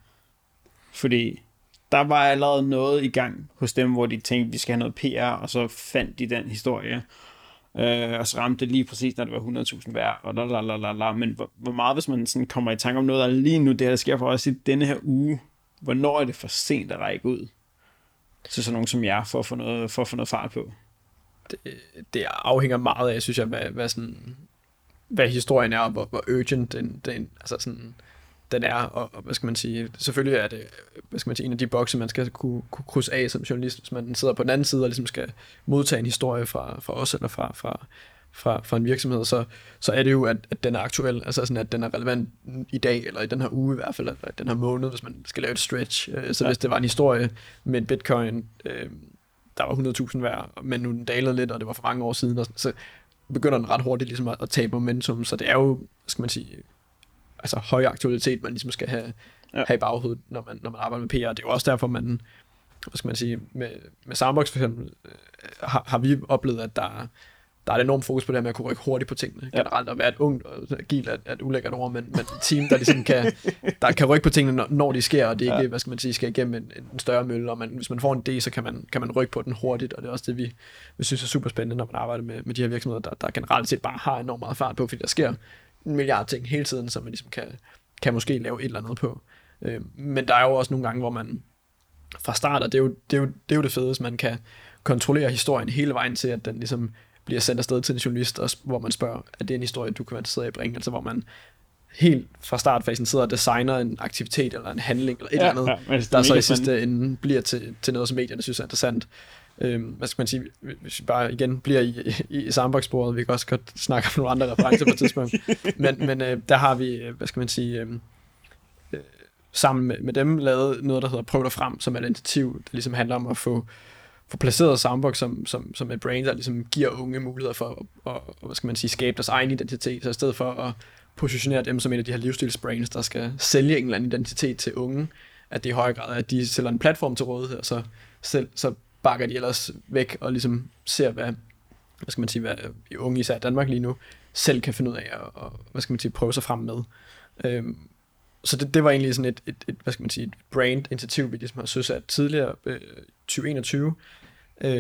Fordi der var allerede noget i gang hos dem, hvor de tænkte, vi skal have noget P R, og så fandt de den historie, øh, og så ramte det lige præcis, når det var hundrede tusind værd, og lalalala. Men hvor, hvor meget, hvis man sådan kommer i tanke om noget, der lige nu, det her, der sker for os i denne her uge, hvornår er det for sent at række ud til sådan nogen som jer, for at få noget, for at få noget fart på? Det, det afhænger meget af, synes jeg, hvad, hvad, sådan, hvad historien er, og hvor, hvor urgent den, den, altså sådan, den er, og, og hvad skal man sige, selvfølgelig er det, hvad skal man sige, en af de bokse, man skal kunne, kunne krydse af som journalist, hvis man sidder på den anden side og ligesom skal modtage en historie fra, fra os, eller fra, fra, fra, fra en virksomhed, så, så er det jo, at, at den er aktuel, altså sådan, at den er relevant i dag, eller i den her uge i hvert fald, eller den her måned, hvis man skal lave et stretch. Så ja. Hvis det var en historie med en bitcoin, øh, der var hundrede tusind værd, men nu den dalede lidt, og det var for mange år siden, og sådan, så begynder den ret hurtigt ligesom at, at tabe momentum, så det er jo, hvad skal man sige, altså høj aktualitet, man ligesom skal have, ja. have i baghovedet, når man, når man arbejder med P R. Det er jo også derfor, man, hvad skal man sige, med, med Soundbox for eksempel, øh, har, har vi oplevet, at der, der er et enormt fokus på det her med at kunne rykke hurtigt på tingene. Ja. Generelt at være et ungt og agilt er et ulækkert ord, men, men et team, der ligesom kan, der kan rykke på tingene, når, når de sker, og det ikke, ja. hvad skal man sige, skal igennem en, en større mølle, og man, hvis man får en idé, så kan man, kan man rykke på den hurtigt, og det er også det, vi, vi synes er super spændende, når man arbejder med, med de her virksomheder, der, der generelt set bare har enormt meget fart på, fordi der sker en milliard ting hele tiden, som man ligesom kan, kan måske lave et eller andet på. Øh, men der er jo også nogle gange, hvor man fra start, og det er jo det, er jo, det, er jo det fede, hvis man kan kontrollere historien hele vejen til, at den ligesom bliver sendt afsted til en journalist, og, hvor man spørger, er det en historie, du kan være interesseret i at bringe? Altså hvor man helt fra startfasen sidder og designer en aktivitet, eller en handling, eller et ja, eller andet, ja, der så i sidste ende bliver til, til noget, som medierne synes er interessant. Øhm, hvad skal man sige, hvis vi bare igen bliver i, i, i Soundbox-sporet, vi kan også godt snakke om nogle andre referencer på et tidspunkt, men, men øh, der har vi, hvad skal man sige, øh, øh, sammen med, med dem lavet noget, der hedder Prøv dig frem, som er et initiativ, der ligesom handler om at få, få placeret Soundbox som, som, som et brand, der ligesom giver unge muligheder for at, at, hvad skal man sige, skabe deres egen identitet, så i stedet for at positionere dem som en af de her livsstilsbrands, der skal sælge en eller anden identitet til unge, at det i højere grad, at de sælger en platform til rådighed, og så, selv, så bakker de ellers væk og ligesom ser, hvad, hvad skal man sige, hvad de unge især i Danmark lige nu selv kan finde ud af og, og hvad skal man sige, prøve sig frem med. Øhm, så det, det var egentlig sådan et, et, et, hvad skal man sige, et brand-initiativ, vi ligesom har søsat tidligere, øh, tyve enogtyve, øhm,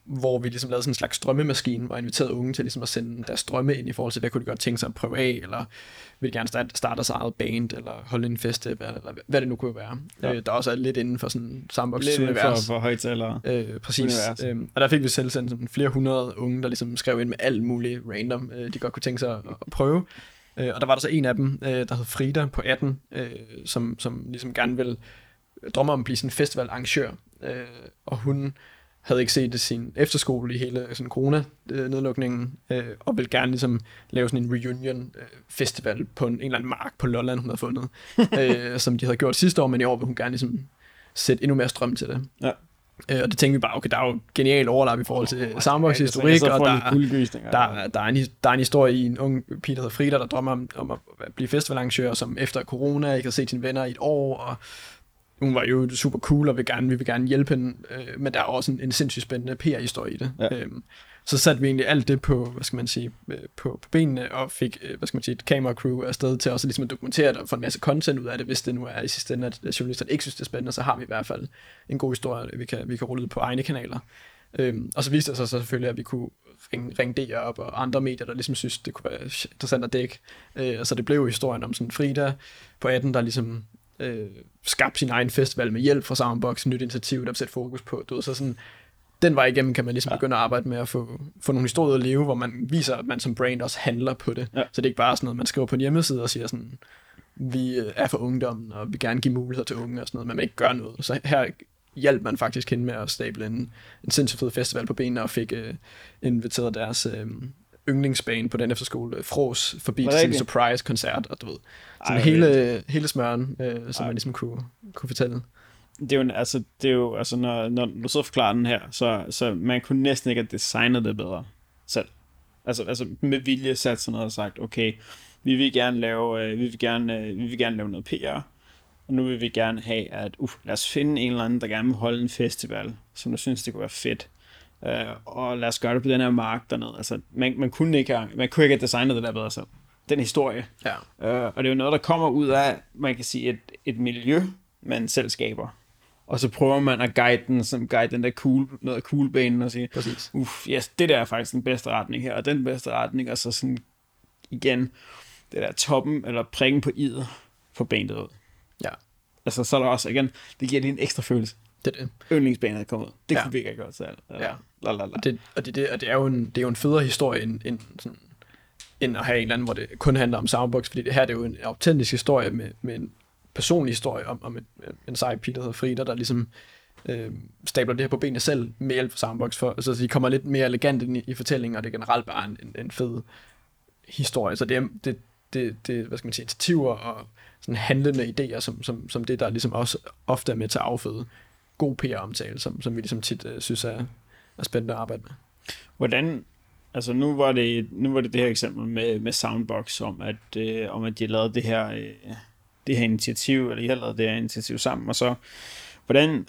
hvor vi ligesom lavede sådan en slags drømmemaskine, hvor jeg inviterede unge til ligesom at sende deres drømme ind i forhold til, hvad kunne de godt tænke sig at prøve af, eller vil de gerne starte, starte deres eget band, eller holde en festival, eller hvad det nu kunne være. Ja. Øh, der også er lidt inden for sådan Soundbox's univers. For, for højtalere. Øh, præcis. Øh, og der fik vi selv sendt sådan flere hundrede unge, der ligesom skrev ind med alt muligt random, øh, de godt kunne tænke sig at, at prøve. Øh, og der var der så en af dem, øh, der hed Frida på atten, øh, som, som ligesom gerne ville drømme om at blive sådan en festivalarrangør. Øh, og hun havde ikke set det sin efterskole i hele sådan corona-nedlukningen, øh, og ville gerne ligesom lave sådan en reunion-festival på en, en eller anden mark på Lolland, hun havde fundet, øh, som de havde gjort sidste år, men i år vil hun gerne ligesom sætte endnu mere strøm til det. Ja. Øh, og det tænkte vi bare, okay, der er jo genial overlap i forhold til oh, Soundbox historik, og der, der, der, er en, der er en historie i en ung pige, der hedder Frida, der drømmer om, om at blive festivalarrangør, som efter corona ikke har set sine venner i et år, og hun var jo super cool, og vi, gerne, vi vil gerne hjælpe hende, øh, men der er også en, en sindssygt spændende P R-historie i det. Ja. Øhm, så satte vi egentlig alt det på, hvad skal man sige, på, på benene, og fik, hvad skal man sige, et kamera-crew afsted til også ligesom at dokumentere det, og få en masse content ud af det, hvis det nu er i sidste ende, at journalisterne ikke synes, det er spændende, så har vi i hvert fald en god historie, vi kan, vi kan rulle ud på egne kanaler. Øhm, og så viste det sig så selvfølgelig, at vi kunne ringe, ringe D R op, og andre medier, der ligesom synes, det kunne være interessant at dække. Øh, så det blev jo historien om sådan Frida på atten, der ligesom øh, skabte sin egen festival med hjælp fra Soundbox, nyt initiativ, der sætte fokus på. Du ved, så sådan, den vej igennem kan man ligesom ja. begynde at arbejde med at få, få nogle historier at leve, hvor man viser, at man som brand også handler på det. Ja. Så det er ikke bare sådan noget, man skriver på en hjemmeside og siger sådan, vi er for ungdommen, og vi gerne give muligheder til unge og sådan noget, men man ikke gør noget. Så her hjalp man faktisk hende med at stable en, en sindssygt fed festival på benene, og fik øh, inviteret deres øh, yndlingsbane på den efterskole, Fros, forbi til en surprise-koncert, og du ved, sådan Ej, hele, hele smøren, øh, som Ej. man ligesom kunne, kunne fortælle. Det er jo, altså, det er jo, altså når, når du så forklarer den her, så, så man kunne næsten ikke have designet det bedre selv. Altså, altså med vilje sat sådan noget og sagt, okay, vi vil gerne lave, øh, vi vil gerne, øh, vi vil gerne lave noget P R, og nu vil vi gerne have, at uh, lad os finde en eller anden, der gerne vil holde en festival, som du synes, det kunne være fedt. Uh, og lad os gøre det på den her mark dernede. Altså, man, man, kunne ikke have, man kunne ikke have designet det der bedre selv. Den historie. Ja. Uh, og det er jo noget, der kommer ud af, man kan sige, et, et miljø, man selv skaber. Og så prøver man at guide den, som guide den der cool, noget af coolbanen og sige, uff, yes, det der er faktisk den bedste retning her, og den bedste retning, og så sådan igen, det der toppen, eller prikken på i'et, for bandet ud. Ja. Altså, så er der også, igen, det giver lige en ekstra følelse. Det er det. Yndlingsbanen er kommet ud. Det ja. kunne vi ikke have gjort selv. Ja. Og det, og, det, det, og det er jo en, det er jo en federe historie, end, end, sådan, end at have en eller anden, hvor det kun handler om Soundbox, fordi det her det er jo en autentisk historie med, med en personlig historie om, om et, en sej pige, der hedder Frida, der ligesom øh, stabler det her på benene selv med hjælp fra Soundbox, for, så de kommer lidt mere elegant ind i, i fortællingen, og det er generelt bare en, en, en fed historie. Så det er det, det, det, hvad skal man sige, initiativer og sådan handlende idéer, som, som, som det, der ligesom også ofte er med til at afføde god P R-omtale, som, som vi ligesom tit øh, synes er, er spændende at arbejde med. Hvordan, altså nu var det, nu var det det her eksempel med, med Soundbox, om at, øh, om at de har lavet det her, øh, det her initiativ, eller I har lavet det her initiativ sammen, og så, hvordan,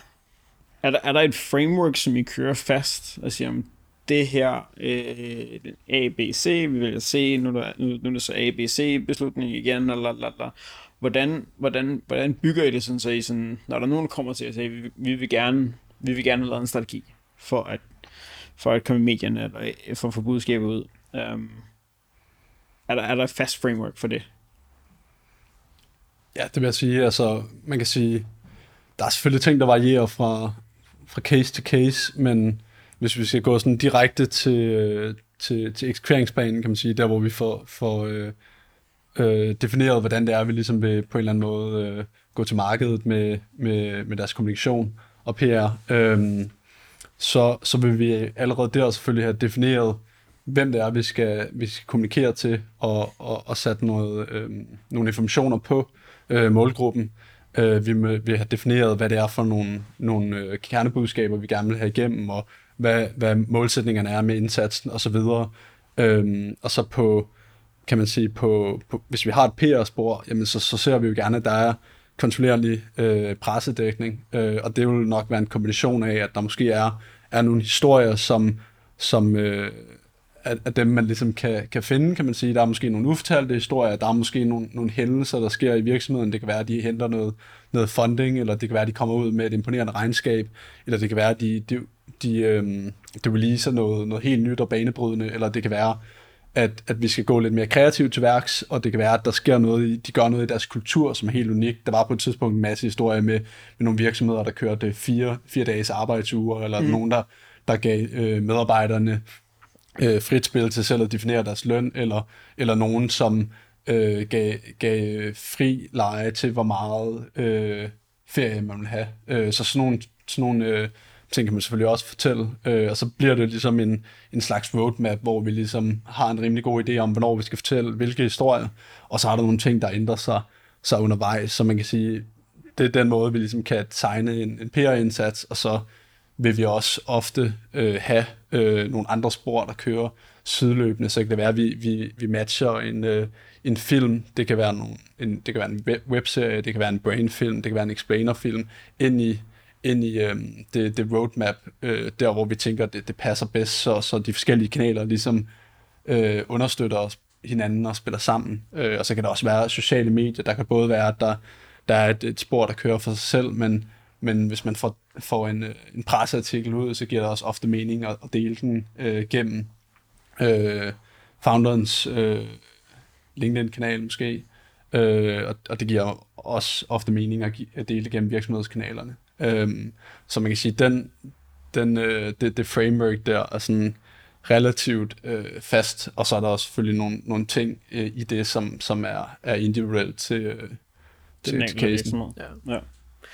er der, er der et framework, som I kører fast, og siger, om det her øh, A, B, C, vi vil se, nu er, nu, nu er det så A, B, C beslutning igen, og lalala. Hvordan, hvordan, hvordan bygger I det sådan, så I sådan, når der er nogen, der kommer til at sige, vi, vi vil gerne, vi vil gerne have lavet en strategi for at, for at komme i medierne, eller for at få budskabet ud. Um, er, der, er der et fast framework for det? Ja, det vil jeg sige. Altså, man kan sige, der er selvfølgelig ting, der varierer fra, fra case til case, men hvis vi skal gå sådan direkte til, til, til eksekveringsplanen, kan man sige, der hvor vi får, får øh, øh, defineret, hvordan det er, vi ligesom vil på en eller anden måde øh, gå til markedet med, med, med deres kommunikation og P R, øh, så, så vil vi allerede der selvfølgelig have defineret, hvem det er, vi skal, vi skal kommunikere til, og, og, og sætte noget, øh, nogle informationer på øh, målgruppen. Øh, vi vil have defineret, hvad det er for nogle, nogle øh, kernebudskaber, vi gerne vil have igennem, og hvad, hvad målsætningerne er med indsatsen, og så videre. Øhm, og så på, kan man sige, på, på, hvis vi har et P R-spor, jamen så, så ser vi jo gerne, at der er kontrollerlig øh, pressedækning, øh, og det vil nok være en kombination af, at der måske er, er nogle historier, som, som øh, af, af dem, man ligesom kan, kan finde, kan man sige. Der er måske nogle ufortalte historier, der er måske nogle, nogle hændelser, der sker i virksomheden. Det kan være, at de henter noget, noget funding, eller det kan være, at de kommer ud med et imponerende regnskab, eller det kan være, at de, de de, øhm, de releaser noget, noget helt nyt og banebrydende, eller det kan være, at, at vi skal gå lidt mere kreativt til værks, og det kan være, at der sker noget i, de gør noget i deres kultur, som er helt unik. Der var på et tidspunkt en masse historier med, med nogle virksomheder, der kørte fire, fire dages arbejdsuger, eller mm. nogen, der, der gav øh, medarbejderne øh, frit spil til selv at definere deres løn, eller, eller nogen, som øh, gav, gav fri leje til, hvor meget øh, ferie man vil have. Øh, så sådan nogle, sådan nogle øh, ting kan man selvfølgelig også fortælle, øh, og så bliver det ligesom en, en slags roadmap, hvor vi ligesom har en rimelig god idé om, hvornår vi skal fortælle hvilke historier, og så er der nogle ting, der ændrer sig, sig undervejs, så man kan sige, det er den måde, vi ligesom kan tegne en, en P R-indsats, og så vil vi også ofte øh, have øh, nogle andre spor, der kører sideløbende, så kan det være, at vi, vi, vi matcher en, øh, en film, det kan være, nogle, en, det kan være en web, webserie, det kan være en brainfilm, det kan være en explainer-film, ind i ind i øh, det, det roadmap, øh, der hvor vi tænker, det, det passer bedst, så, så de forskellige kanaler ligesom øh, understøtter os hinanden og spiller sammen. Øh, og så kan der også være sociale medier, der kan både være, at der, der er et, et spor, der kører for sig selv, men, men hvis man får, får en, en presseartikel ud, så giver det også ofte mening at, at dele den øh, gennem øh, founderens øh, LinkedIn-kanal måske, øh, og, og det giver også ofte mening at, give, at dele gennem virksomhedskanalerne. Øhm, så man kan sige, den, den, øh, det, det framework der er sådan relativt øh, fast, og så er der også selvfølgelig nogle, nogle ting øh, i det, som, som er, er individuelt til, øh, til, til casen. Ja, ja.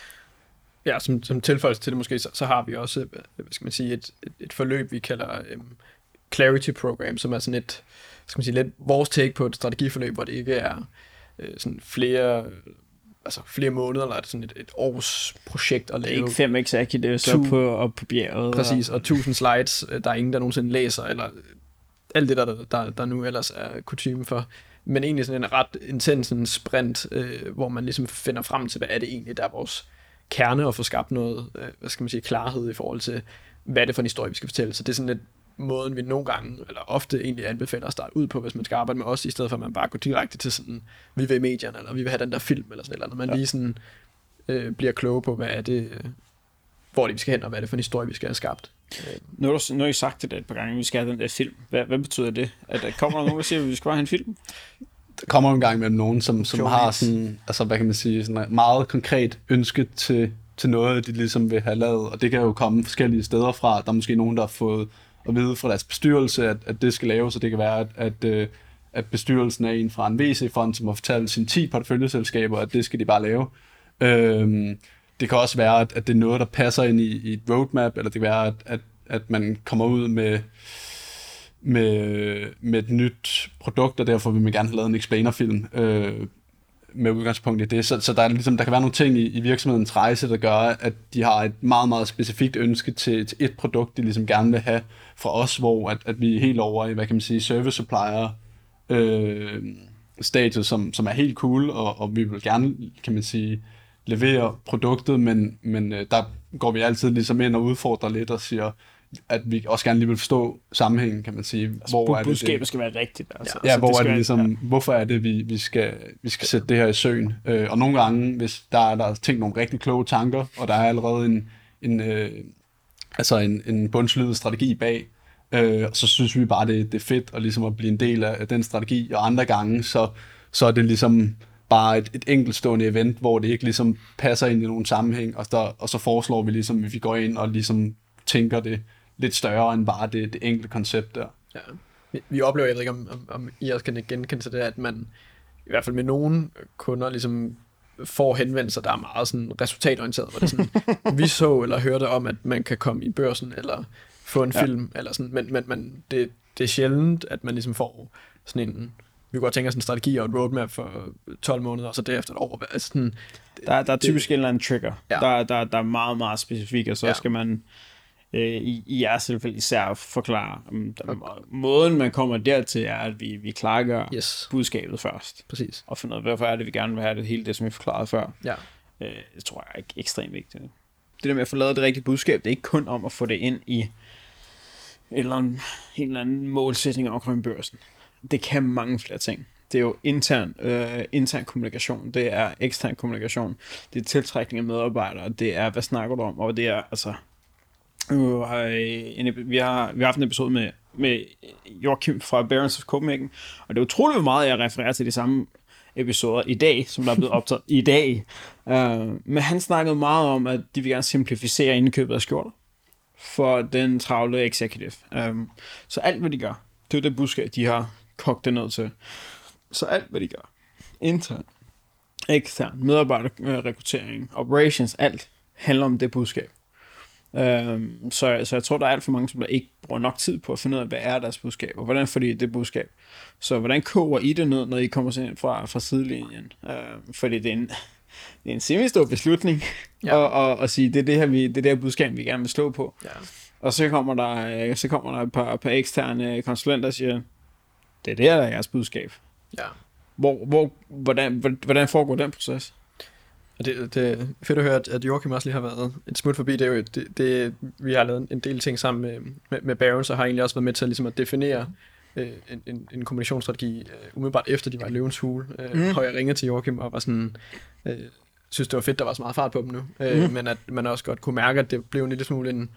ja som, som tilføjelse til det måske, så, så har vi også, hvad skal man sige, et, et, et forløb, vi kalder um, Clarity Program, som er sådan et, skal man sige, lidt vores take på et strategiforløb, hvor det ikke er øh, sådan flere... altså flere måneder, eller er det sådan et, et års projekt at lave. Det er ikke fem executives op på, op på bjerget. Præcis, og tusind slides, der er ingen, der nogensinde læser, eller alt det, der, der, der nu ellers er kutyme for. Men egentlig sådan en ret intens en sprint, øh, hvor man ligesom finder frem til, hvad er det egentlig, der er vores kerne, og få skabt noget, øh, hvad skal man sige, klarhed i forhold til, hvad er det for en historie, vi skal fortælle. Så det er sådan lidt måden, vi nogle gange, eller ofte egentlig anbefaler at starte ud på, hvis man skal arbejde med os, i stedet for at man bare går direkte til sådan, vi vil i medierne, eller vi vil have den der film, eller sådan et eller andet. Man ja. lige sådan øh, bliver kloge på, hvad er det, øh, hvor det vi skal hen, og hvad er det for en historie, vi skal have skabt. Nu har, du, nu har I sagt det et par gange, at vi skal have den der film. Hvad, hvad betyder det? At der kommer der nogen, der siger, at vi skal bare have en film? Der kommer en gang mellem nogen, som, som har sådan, altså hvad kan man sige, sådan et meget konkret ønske til, til noget, de ligesom vil have lavet, og det kan jo komme forskellige steder fra. Der er måske nogen, der har fået at vide fra deres bestyrelse, at, at det skal laves, og det kan være, at, at, at bestyrelsen er en fra en V C-fond, som har fortalt sine ti porteføljeselskaber, at det skal de bare lave. Øhm, det kan også være, at, at det er noget, der passer ind i, i et roadmap, eller det kan være, at, at, at man kommer ud med, med, med et nyt produkt, og derfor vil man gerne have lavet en explainer-film øh, med udgangspunkt i det. Så, så der, er ligesom, der kan være nogle ting i, i virksomhedens rejse, der gør, at de har et meget, meget specifikt ønske til, til et produkt, de ligesom gerne vil have fra os, hvor at, at vi er helt over i, hvad kan man sige, service supplier øh, status, som, som er helt cool, og, og vi vil gerne, kan man sige, levere produktet, men, men øh, der går vi altid ligesom ind og udfordrer lidt og siger, at vi også gerne lige vil forstå sammenhængen, kan man sige. Altså, hvor er det, budskabet skal være rigtigt. Altså. Ja, altså, hvor det er det være, ligesom, ja. hvorfor er det, vi, vi, skal, vi skal sætte det her i søen. Øh, og nogle gange, hvis der er der tænkt nogle rigtig kloge tanker, og der er allerede en, en, øh, altså en, en bundsolid strategi bag, øh, så synes vi bare, det, det er fedt at, ligesom at blive en del af, af den strategi, og andre gange, så, så er det ligesom bare et, et enkeltstående event, hvor det ikke ligesom passer ind i nogen sammenhæng, og, der, og så foreslår vi ligesom, at vi går ind og ligesom tænker det lidt større end bare det, det enkelte koncept der. Ja. Vi, vi oplever, jeg ved ikke, om, om, om I også kan genkende til det, at man i hvert fald med nogle kunder ligesom får henvendelser, der er meget sådan resultatorienteret, hvor det sådan, vi så eller hørte om, at man kan komme i børsen, eller få en ja. film, eller sådan, men, men, men det, det er sjældent, at man ligesom får sådan en, vi kunne godt tænke os en strategi og et roadmap for tolv måneder, og så derefter et år. Altså sådan, der, der er typisk det, en eller anden trigger, ja. der, der, der er meget, meget specifik, og så ja. skal man øh, i, i jeres tilfælde især forklare, um, der, okay. måden man kommer dertil er, at vi, vi klargør yes. budskabet først. Præcis. Og finde ud af, hvorfor er det, vi gerne vil have det hele det, som vi forklarede før. Ja. Øh, det tror jeg er ekstremt vigtigt. Det der med at få lavet det rigtige budskab, det er ikke kun om at få det ind i en eller anden, en eller anden målsætning omkring børsen. Det kan mange flere ting. Det er jo intern, øh, intern kommunikation, det er ekstern kommunikation, det er tiltrækning af medarbejdere, det er, hvad snakker du om, og det er, altså, Nu har en, vi, har, vi har haft en episode med, med Joachim fra Barons of Copenhagen, og det er utroligt meget, jeg refererer til de samme episoder i dag, som der er blevet optaget i dag. Uh, men han snakkede meget om, at de vil gerne simplificere indkøbet af skjorter for den travle executive. Um, så alt, hvad de gør, det er det budskab, de har kogt det ned til. Så alt, hvad de gør, intern, ekstern, medarbejderrekruttering, operations, alt handler om det budskab. Um, så, så jeg tror, der er alt for mange, som der ikke bruger nok tid på at finde ud af, hvad er deres budskab, og hvordan får de det budskab. Så hvordan koger I det ned, når I kommer ind fra, fra sidelinjen? Uh, fordi det er en, det er en semi-stor beslutning, ja. at, at, at sige, det er det her, vi, det er det her budskab, vi gerne vil slå på. Ja. Og så kommer der, så kommer der et par, par eksterne konsulenter, der siger, det er det her, der er jeres budskab. Ja. Hvor, hvor, hvordan, hvordan foregår den proces? Det, det er fedt at høre, at Joachim også lige har været et smut forbi. Det er jo, det, det, vi har lavet en del ting sammen med, med, med Barons, og har egentlig også været med til ligesom at definere øh, en, en, en kommunikationsstrategi øh, umiddelbart efter de var i Løvens Hule. Øh, mm. Og jeg ringede til Joachim og var sådan, øh, synes det var fedt, der var så meget fart på dem nu. Øh, mm. Men at man også godt kunne mærke, at det blev en lille smule en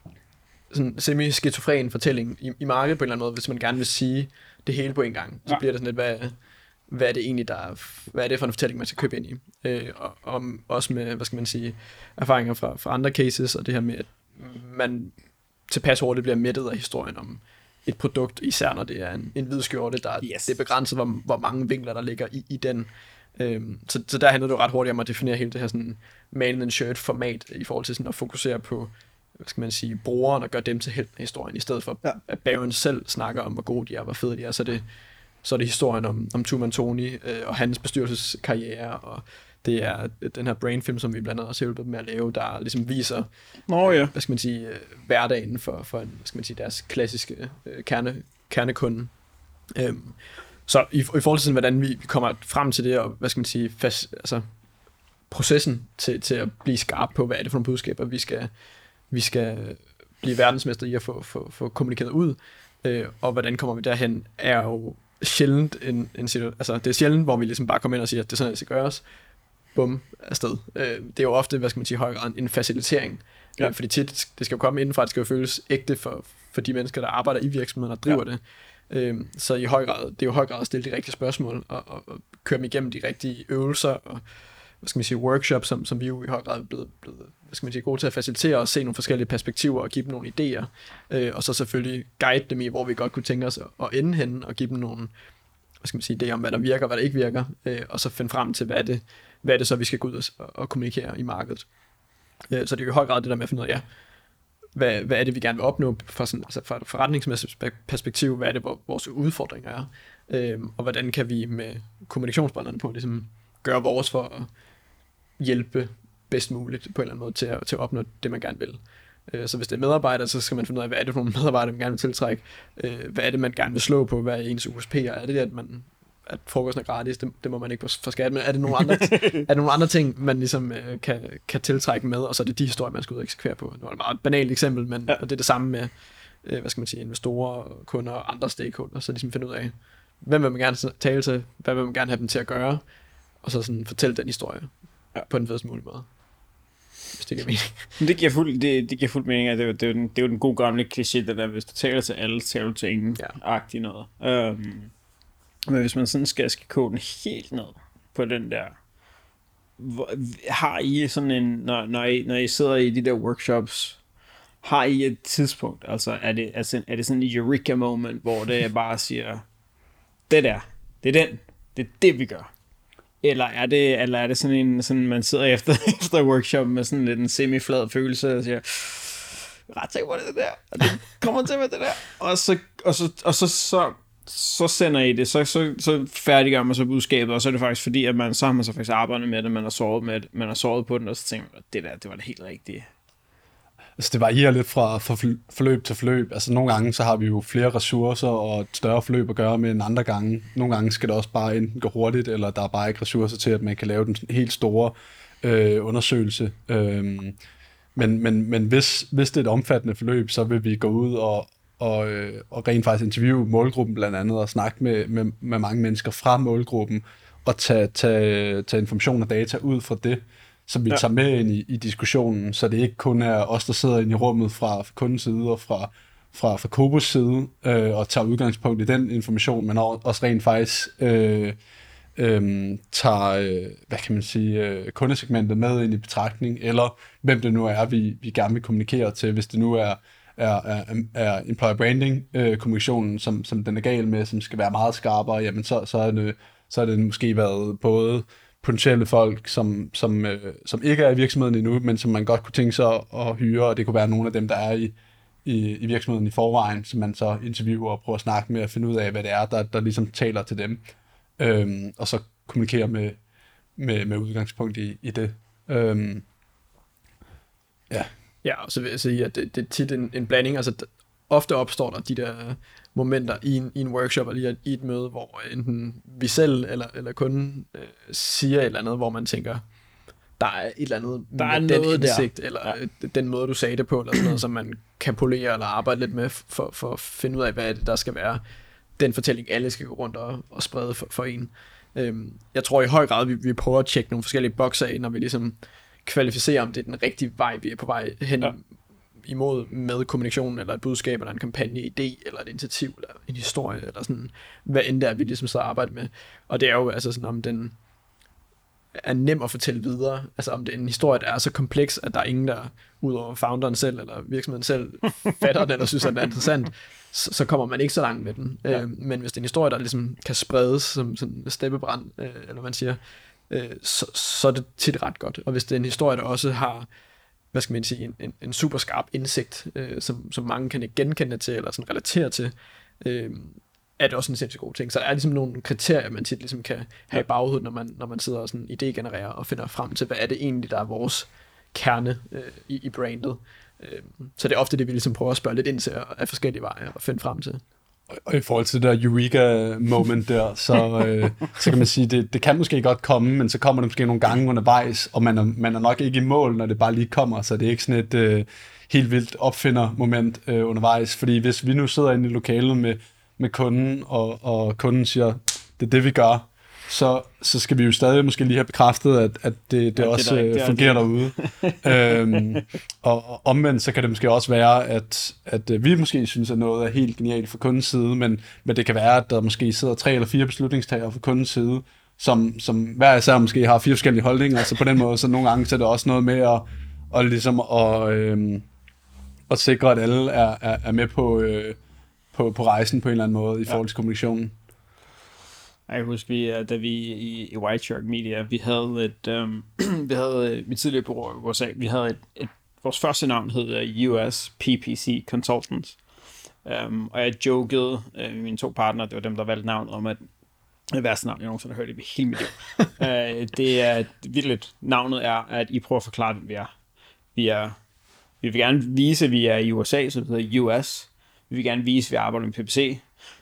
sådan semi-skizofren fortælling i, i markedet på en eller anden måde, hvis man gerne vil sige det hele på en gang. Så ja. Bliver det sådan lidt, hvad... hvad er det egentlig, der er, hvad er det for en fortælling, man skal købe ind i? Øh, og, og også med, hvad skal man sige, erfaringer fra, fra andre cases, og det her med, at man tilpas hurtigt bliver mættet af historien om et produkt, især når det er en, en hvid skjorte, der yes. det er begrænset, hvor, hvor mange vinkler, der ligger i, i den. Øhm, så, så der handler det jo ret hurtigt om at definere hele det her sådan man and shirt format, i forhold til sådan at fokusere på, hvad skal man sige, brugeren, og gøre dem til helten af historien, i stedet for ja. At Barons selv snakker om, hvor gode de er, hvor fede de er, så det så er det historien om, om Tuman Tony øh, og hans bestyrelseskarriere, og det er den her brainfilm, som vi blandt andet også har hjulpet med at lave, der ligesom viser, oh, ja. hvad skal man sige, øh, hverdagen for, for en, hvad skal man sige, deres klassiske øh, kerne, kernekunde. Øhm, så i, i forhold til sådan, hvordan vi, vi kommer frem til det, og hvad skal man sige, fast, altså processen til, til at blive skarp på, hvad er det for nogle budskaber, vi skal, vi skal blive verdensmester i at få, få, få kommunikeret ud, øh, og hvordan kommer vi derhen, er jo sjældent en, en situation, altså det er sjældent, hvor vi ligesom bare kommer ind og siger, at det er sådan, det skal gøres, bum, afsted. Øh, det er jo ofte, hvad skal man sige, i høj grad en facilitering, ja. Fordi tit, det skal jo komme indenfra, det skal jo føles ægte for, for de mennesker, der arbejder i virksomheden og driver ja. Det. Øh, så i høj grad, det er jo i høj grad at stille de rigtige spørgsmål, og, og, og køre dem igennem de rigtige øvelser, og hvad skal man sige, workshops, som, som vi jo i høj grad er blevet, blevet hvad skal man sige, gode til at facilitere og se nogle forskellige perspektiver og give dem nogle idéer, øh, og så selvfølgelig guide dem i, hvor vi godt kunne tænke os at, at ende henne, og give dem nogle, hvad skal man sige, idéer om, hvad der virker og hvad der ikke virker, øh, og så finde frem til, hvad er det, hvad er det så, vi skal gå ud og, og kommunikere i markedet. Øh, så det er jo i høj grad det der med at finde ud af, ja, hvad, hvad er det, vi gerne vil opnå fra, sådan, altså fra et forretningsmæssigt perspektiv, hvad er det, hvor vores udfordringer er, øh, og hvordan kan vi med kommunikationsbrillerne på ligesom gøre vores for at hjælpe bedst muligt på en eller anden måde til at, til at opnå det, man gerne vil. Så hvis det er medarbejdere, så skal man finde ud af, hvad er det for nogle medarbejdere, man gerne vil tiltrække? Hvad er det, man gerne vil slå på? Hvad er ens U S P'er? Er det det, at, man, at frokosten er gratis? Det, det må man ikke få skat, men er det nogle andre, er det nogle andre ting, man ligesom kan, kan tiltrække med, og så er det de historier, man skal ud og eksekvere på? Det var et meget banalt eksempel, men ja. Det er det samme med, hvad skal man sige, investorer, kunder og andre stakeholders, så ligesom finde ud af, hvem vil man gerne tale til? Hvad vil man gerne have dem til at gøre? Og så sådan fortælle den historie ja. På den fedest mulige måde. Hvis det giver mening. Det giver fuld, det, det giver fuld mening, at det, er, det, er den, det er jo den gode gamle kliché, det der, hvis du taler til alle, taler du til ingen ja. Agtigt noget. Um, men hvis man sådan skal, skal kode den helt ned på den der, hvor, har I sådan en, når, når, I, når I sidder i de der workshops, har I et tidspunkt, altså er det, altså, er det sådan en eureka moment, hvor det bare siger, det der, det er den, det er det, vi gør. Eller er det, eller er det sådan en, sådan man sidder efter, efter workshop med sådan lidt en semi-flad følelse og siger, ret sikker på det der, og det kommer til med det der, og så, og så, og så, så, så sender I det, så, så, så færdiggør man så budskabet, og så er det faktisk fordi, at man, så har man så faktisk arbejdet med det, man har sovet med det, man har sovet på den, og så tænker man, det der, det var det helt rigtige. Altså det varierer lidt fra forløb til forløb. Altså nogle gange så har vi jo flere ressourcer og et større forløb at gøre med end andre gange. Nogle gange skal det også bare enten gå hurtigt, eller der er bare ikke ressourcer til, at man kan lave den helt store øh, undersøgelse. Øhm, men men, men hvis, hvis det er et omfattende forløb, så vil vi gå ud og, og, øh, og rent faktisk interviewe målgruppen blandt andet, og snakke med, med, med mange mennesker fra målgruppen, og tage, tage, tage information og data ud fra det. som vi Ja. tager med ind i, i diskussionen, så det ikke kun er os, der sidder inde i rummet fra, fra kundens side og fra, fra, fra Cobos side øh, og tager udgangspunkt i den information, men også rent faktisk øh, øh, tager, øh, hvad kan man sige, øh, kundesegmentet med ind i betragtning, eller hvem det nu er, vi, vi gerne vil kommunikere til, hvis det nu er er, er, er employer branding øh, kommunikationen, som, som den er gal med, som skal være meget skarpere, jamen så, så, er det, så er det måske været både potentielle folk, som, som, øh, som ikke er i virksomheden endnu, men som man godt kunne tænke sig at, at hyre, og det kunne være nogle af dem, der er i, i, i virksomheden i forvejen, som man så interviewer og prøver at snakke med og finde ud af, hvad det er, der, der ligesom taler til dem, øhm, og så kommunikere med, med, med udgangspunkt i, i det. Øhm, ja. Ja, og så vil jeg sige, at det, det er tit en, en blanding. Altså, ofte opstår der de der momenter i en, i en workshop eller i et møde, hvor enten vi selv eller, eller kunden øh, siger et eller andet, hvor man tænker, der er et eller andet der er med den noget indsigt, der. eller Ja. den måde, du sagde det på, eller sådan noget, som man kan polere eller arbejde lidt med, for, for at finde ud af, hvad er det, der skal være den fortælling, alle skal gå rundt og, og sprede for, for en. Øhm, jeg tror i høj grad, vi, vi prøver at tjekke nogle forskellige bokser af, når vi ligesom kvalificerer, om det er den rigtige vej, vi er på vej hen ja. imod med kommunikationen, eller et budskab, eller en kampagne, idé, eller et initiativ, eller en historie, eller sådan, hvad end det er, vi ligesom så arbejder med. Og det er jo altså sådan, om den er nem at fortælle videre, altså om det er en historie, der er så kompleks, at der er ingen, der udover founderen selv, eller virksomheden selv, fatter den, eller synes, at den er interessant, så, så kommer man ikke så langt med den. Ja. Øh, men hvis det er en historie, der ligesom kan spredes som sådan en steppebrand, øh, eller hvad man siger, øh, så, så er det tit ret godt. Og hvis det er en historie, der også har, hvad skal man sige, en, en, en super skarp indsigt, øh, som, som mange kan genkende til, eller sådan relatere til, øh, er det også en sindssygt god ting. Så der er ligesom nogle kriterier, man tit ligesom kan have i baghovedet, når man, når man sidder og sådan idégenererer og finder frem til, hvad er det egentlig, der er vores kerne øh, i, i brandet. Øh, så det er ofte det, vi ligesom prøver at spørge lidt ind til af forskellige veje og finde frem til. Og i forhold til det der Eureka-moment der, så, øh, så kan man sige, det, det kan måske godt komme, men så kommer det måske nogle gange undervejs, og man er, man er nok ikke i mål, når det bare lige kommer, så det er ikke sådan et øh, helt vildt opfinder-moment øh, undervejs. Fordi hvis vi nu sidder inde i lokalet med, med kunden, og, og kunden siger, det er det, vi gør, så, så skal vi jo stadig måske lige have bekræftet, at, at det, det ja, også det der, det fungerer det. derude. øhm, og, og omvendt, så kan det måske også være, at, at vi måske synes, at noget er helt genialt fra kundens side, men, men det kan være, at der måske sidder tre eller fire beslutningstagere fra kundens side, som, som hver især måske har fire forskellige holdninger, så på den måde, så nogle gange så er det også noget med at, og ligesom at, øhm, at sikre, at alle er, er, er med på, øh, på, på rejsen på en eller anden måde i forhold til kommunikationen. Jeg husker, vi, da vi i, i White Shark Media, vi havde et, um, vi havde mit tidligere bureau i U S A, vi havde et, et, vores første navn hed U S P P C Consultants, um, og jeg jokede uh, med mine to partnere, det var dem, der valgte navnet, om at det værste navn, jeg nogensinde har hørt i hele mit liv. uh, det er virkelig, navnet er, at I prøver at forklare, hvem vi er. Vi er, vi vil gerne vise, at vi er i U S A, så det hedder U S. Vi vil gerne vise, at vi arbejder med P P C.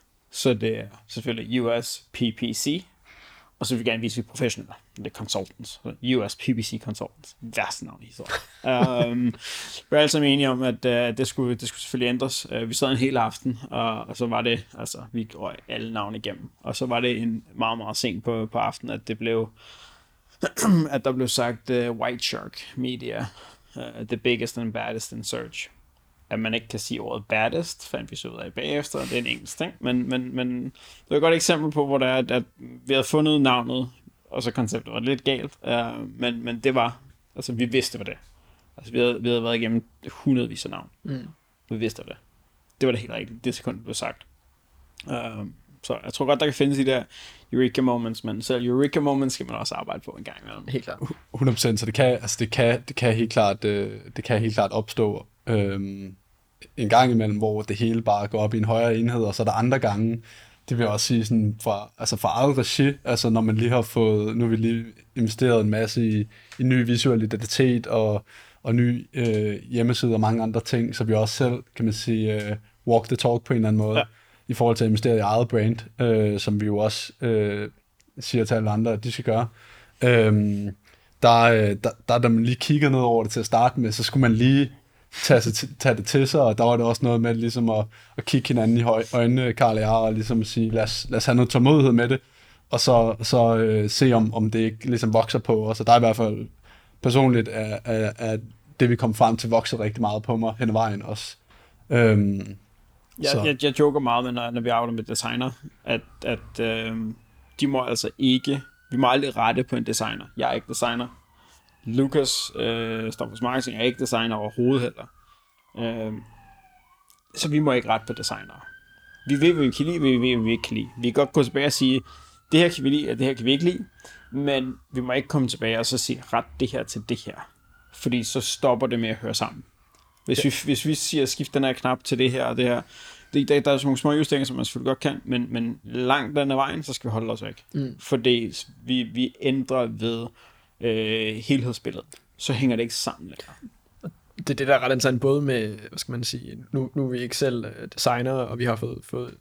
Så det er selvfølgelig U S P P C, og så vil vi gerne vise, at vi er professionelle. Det er consultants. U S P P C Consultants. Værste navn i historien. um, vi er alle sammen enige om, at uh, det, skulle, det skulle selvfølgelig ændres. Uh, vi sad en hel aften, og, og så var det, altså vi røg alle navne igennem. Og så var det en meget, meget sent på, på aftenen, at det blev, at der blev sagt uh, White Shark Media, uh, the biggest and baddest in search. At man ikke kan sige ordet baddest, fandt vi så ud af bagefter, det er en engelsk ting, men, men, men det er et godt eksempel på, hvor det er, at, at vi havde fundet navnet, og så konceptet var lidt galt, uh, men, men det var, altså vi vidste, hvad det altså vi havde, vi havde været igennem hundredvis af navn, mm. vi vidste det. Det var det helt rigtigt, det sekund blev sagt. Uh, så jeg tror godt, der kan findes de der Eureka moments, men selv Eureka moments skal man også arbejde på en gang imellem. Helt klart. hundrede procent, så det kan, altså det kan, det kan helt klart, det kan helt klart opstå øhm, en gang imellem, hvor det hele bare går op i en højere enhed, og så er der andre gange, det vil jeg også sige sådan fra, altså fra eget regi, altså når man lige har fået, nu har vi lige investeret en masse i, i ny visuel identitet og, og ny øh, hjemmeside og mange andre ting, så vi også selv, kan man sige, øh, walk the talk på en eller anden måde, ja. I forhold til at investere i eget brand, øh, som vi jo også øh, siger til alle andre, at de skal gøre. Øhm, der, der, der, da man lige kigger ned over det til at starte med, så skulle man lige tage, sig, tage det til sig, og der var det også noget med ligesom at, at kigge hinanden i øjnene, Karl og jeg, og ligesom at sige, lad os, lad os have noget tålmodighed med det, og så, så øh, se, om, om det ikke ligesom vokser på os. Og der er i hvert fald personligt er, er, er det, vi kom frem til, vokset rigtig meget på mig hen ad vejen også. Øhm, jeg, jeg, jeg joker meget med, når, når vi arbejder med designer, at, at øh, de må altså ikke, vi må aldrig rette på en designer. Jeg er ikke designer. Lukas øh, står for marketing, er ikke designer overhovedet heller. Øh, så vi må ikke rette på designere. Vi ved, hvad vi kan lide, vi ved, hvad vi ikke kan lide. Vi kan godt gå tilbage og sige, det her kan vi lide, og det her kan vi ikke lide, men vi må ikke komme tilbage og så sige, ret det her til det her. Fordi så stopper det med at høre sammen. Hvis, ja. vi, hvis vi siger, skift den her knap til det her og det her, det, der, der er sådan nogle små justeringer, som man selvfølgelig godt kan, men, men langt den af vejen, så skal vi holde os væk. Mm. Fordi vi, vi ændrer ved øh, helhedsbilledet. Så hænger det ikke sammen længere. Det er det, der er ret interessant, både med, hvad skal man sige, nu, nu er vi ikke selv designer, og vi har fået, fået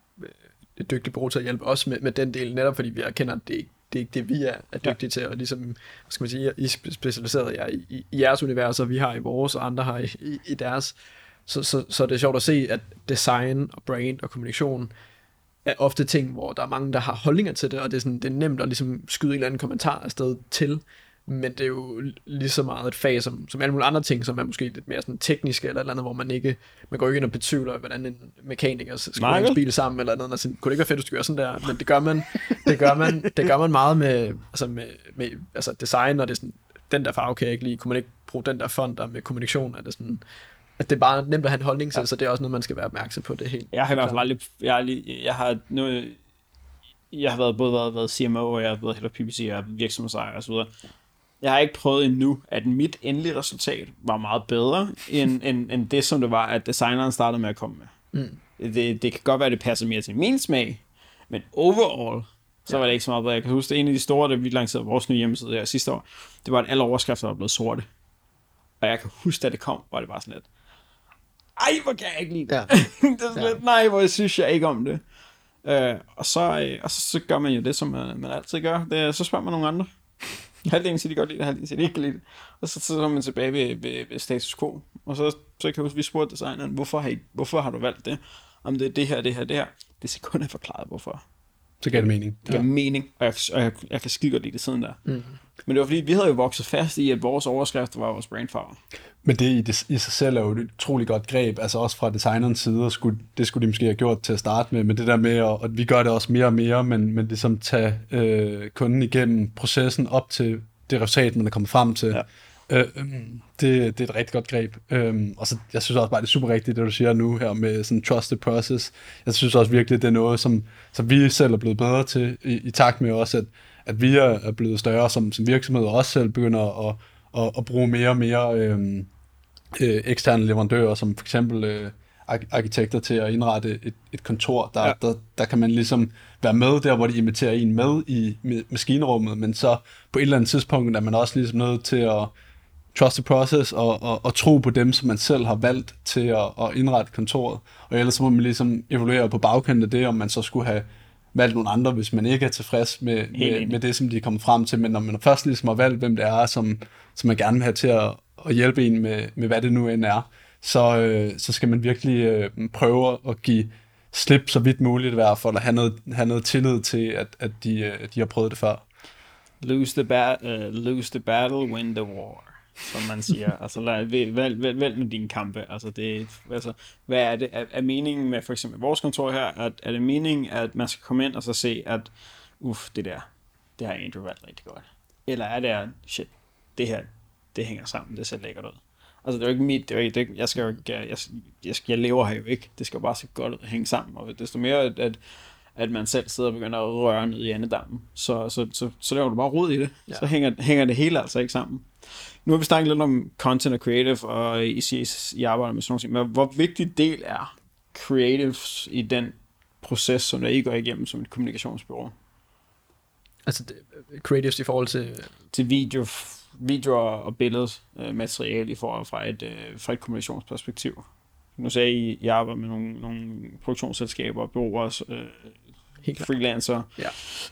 et dygtigt bureau til at hjælpe os med, med den del, netop fordi vi erkender, at det ikke det er ikke det, vi er, er dygtige ja. til, og ligesom, hvad skal man sige, I specialiseret jer i, i, i jeres univers, og vi har i vores, og andre har i, i, i deres, så, så, så det er sjovt at se, at design og brand og kommunikation er ofte ting, hvor der er mange, der har holdninger til det, og det er, sådan, det er nemt at ligesom skyde en eller anden kommentar afsted til, men det er jo lige så meget et fag, som, som alle mulige andre ting, som er måske lidt mere sådan tekniske, eller et eller andet, hvor man ikke, man går ikke ind og betvivler, hvordan en mekaniker skruer en bil sammen, eller noget, og sådan, kunne det ikke være fedt, at du gøre sådan der, men det gør man, det gør man, det gør man meget med, altså med, med altså design, og det er sådan, den der farve kan jeg ikke lide, kunne man ikke bruge den der font, der med kommunikation, er det sådan, at det er bare nemt at have en holdning til, ja. Så det er også noget, man skal være opmærksom på, det helt. Jeg har i hvert fald aldrig, jeg har, aldrig, jeg har nu, jeg har været, både været, været C M O, og jeg har været head of P P C, og virksomhedsejer og så videre. Jeg har ikke prøvet endnu, at mit endelige resultat var meget bedre, end, end, end det, som det var, at designeren startede med at komme med. Mm. Det, det kan godt være, at det passer mere til min smag, men overall, så ja. Var det ikke så meget bedre. Jeg kan huske, det en af de store, der vi lancerede vores nye hjemmeside der sidste år, det var, at alle overskrifter var blevet sorte. Og jeg kan huske, da det kom, var det bare sådan lidt, ej, hvor kan jeg ikke lide det. Ja. Det er sådan ja. Lidt, nej, hvor synes jeg ikke om det. Uh, og så, uh, og så, så gør man jo det, som man, man altid gør. Det, så spørger man nogle andre. Halvdelen siger de godt lide det, halvdelen siger de ikke lide det. Og så, så er man tilbage ved, ved, ved status quo. Og så, så kan jeg huske, vi spurgte designeren, hvorfor har, I, hvorfor har du valgt det? Om det er det her, det her, det her. Det skal kun have forklaret, hvorfor. Så gav det mening. Det gav ja. mening, og jeg, og jeg, jeg kan skide godt lide det siden der. Mm. Men det var fordi, vi havde jo vokset fast i, at vores overskrift var vores brandfarver. Men det i, det i sig selv er jo et utroligt godt greb, altså også fra designerens side, skulle, det skulle de måske have gjort til at starte med, men det der med, at, at vi gør det også mere og mere, men, men ligesom tage øh, kunden igennem processen op til det resultat, man er kommet frem til. Ja. Øh, det, det er et rigtig godt greb. Øh, og så, jeg synes også bare, det er super rigtigt, det du siger nu her med sådan trusted process. Jeg synes også virkelig, det er noget, som, som vi selv er blevet bedre til, i, i takt med også, at, at vi er blevet større som, som virksomhed, og også selv begynder at, at, at bruge mere og mere øh, øh, eksterne leverandører, som for eksempel øh, arkitekter til at indrette et, et kontor. Der, ja. der, der kan man ligesom være med der, hvor de inviterer en med i med maskinrummet, men så på et eller andet tidspunkt er man også ligesom nødt til at trust the process og, og, og tro på dem, som man selv har valgt til at, at indrette kontoret. Og ellers så må man ligesom evaluere på bagkanten af det, om man så skulle have valgt nogle andre, hvis man ikke er tilfreds med, med, med det, som de er kommet frem til. Men når man først ligesom har valgt, hvem det er, som, som man gerne vil have til at, at hjælpe en med, med, hvad det nu end er, så, øh, så skal man virkelig øh, prøve at give slip så vidt muligt i hvert fald, at have noget, have noget tillid til, at, at de, øh, de har prøvet det før. Lose the, ba- uh, lose the battle, win the war, som man siger. Altså, vælg, vælg, vælg, vælg med dine kampe. Altså, det, altså, hvad er det? Er, er meningen med for eksempel vores kontor her, at, er det meningen, at man skal komme ind og så se, at uff, det der, det har Andrew valgt rigtig godt. Eller er det, at shit, det her, det hænger sammen, det ser lækkert ud. Altså, det er jo ikke mit, det er jo ikke, det, jeg skal jo ikke, jeg, jeg, jeg, jeg lever her jo ikke. Det skal jo bare se godt ud og hænge sammen. Og desto mere, at, at, at man selv sidder og begynder at røre ned i andedammen, så, så, så, så laver du bare rod i det. Ja. Så hænger, hænger det hele altså ikke sammen. Nu har vi snakket lidt om content og creative, og I siger, I arbejder med sådan noget. Men hvor vigtig del er creatives i den proces, som der I går igennem som et kommunikationsbureau? Altså, det, creatives i forhold til... Til video, videoer og billedmateriale i forhold fra et, fra et kommunikationsperspektiv. Nu sagde I, at I arbejder med nogle, nogle produktionsselskaber, bureauer, øh, freelancer. Ja.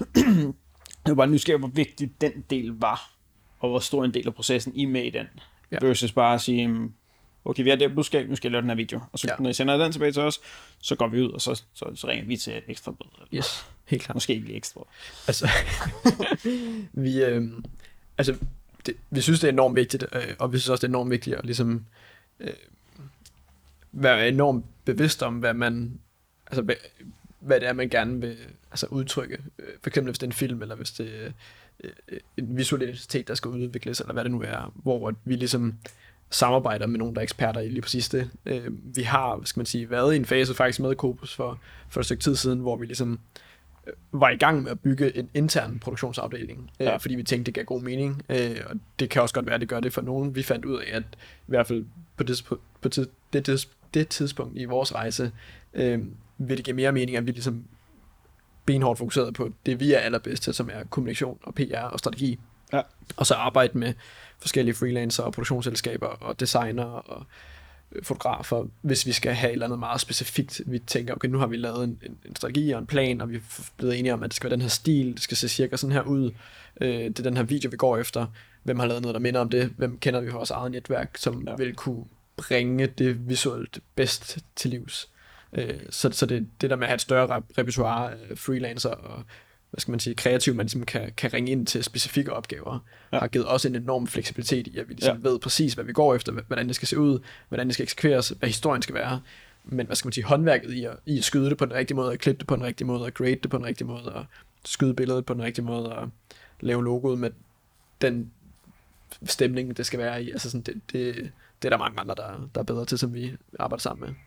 Jeg var bare nysgerrig, hvor vigtig den del var, og hvor stor en del af processen I med i den, ja. Versus bare at sige, okay, vi har det her budskab, nu skal jeg lave den her video, og så ja. Når I sender den tilbage til os, så går vi ud, og så, så, så ringer vi til ekstra blad. Yes, helt klart. Måske ikke lige ekstra. Altså, vi, øh, altså, det, vi synes, det er enormt vigtigt, øh, og vi synes også, det er enormt vigtigt at ligesom, øh, være enormt bevidst om, hvad man, altså, hvad, hvad det er, man gerne vil altså, udtrykke. For eksempel, hvis det er en film, eller hvis det er øh, en visuel identitet, der skal udvikles, eller hvad det nu er, hvor vi ligesom samarbejder med nogle, der er eksperter i lige præcis det. Øh, vi har, hvad skal man sige, været i en fase faktisk med Corpus for, for et stykke tid siden, hvor vi ligesom var i gang med at bygge en intern produktionsafdeling, øh, ja. fordi vi tænkte, det gav god mening, øh, og det kan også godt være, at det gør det for nogen. Vi fandt ud af, at i hvert fald på det, på, på det, det, det tidspunkt i vores rejse, øh, vil det give mere mening, at vi ligesom benhårdt fokuseret på det, vi er allerbedst til, som er kommunikation og P R og strategi, ja. og så arbejde med forskellige freelancer og produktionsselskaber og designer og fotografer, hvis vi skal have et eller andet meget specifikt. Vi tænker, okay, nu har vi lavet en, en, en strategi og en plan, og vi er blevet enige om, at det skal være den her stil, det skal se cirka sådan her ud, øh, det er den her video, vi går efter, hvem har lavet noget, der minder om det, hvem kender vi fra vores eget netværk, som ja. vil kunne bringe det visuelt bedst til livs. Øh, så så det, det der med at have et større repertoire af freelancer og hvad skal man sige, kreativ, man ligesom kan, kan ringe ind til specifikke opgaver, ja. har givet også en enorm fleksibilitet i, at vi ligesom ja. ved præcis, hvad vi går efter, hvordan det skal se ud, hvordan det skal eksekveres, hvad historien skal være, men hvad skal man sige, håndværket i at, i at skyde det på den rigtige måde, at klippe det på den rigtige måde, at grade det på den rigtige måde, og skyde billedet på den rigtige måde, og lave logoet med den stemning, det skal være i. Altså sådan, det, det, det er der mange andre, der, der er bedre til, som vi arbejder sammen med.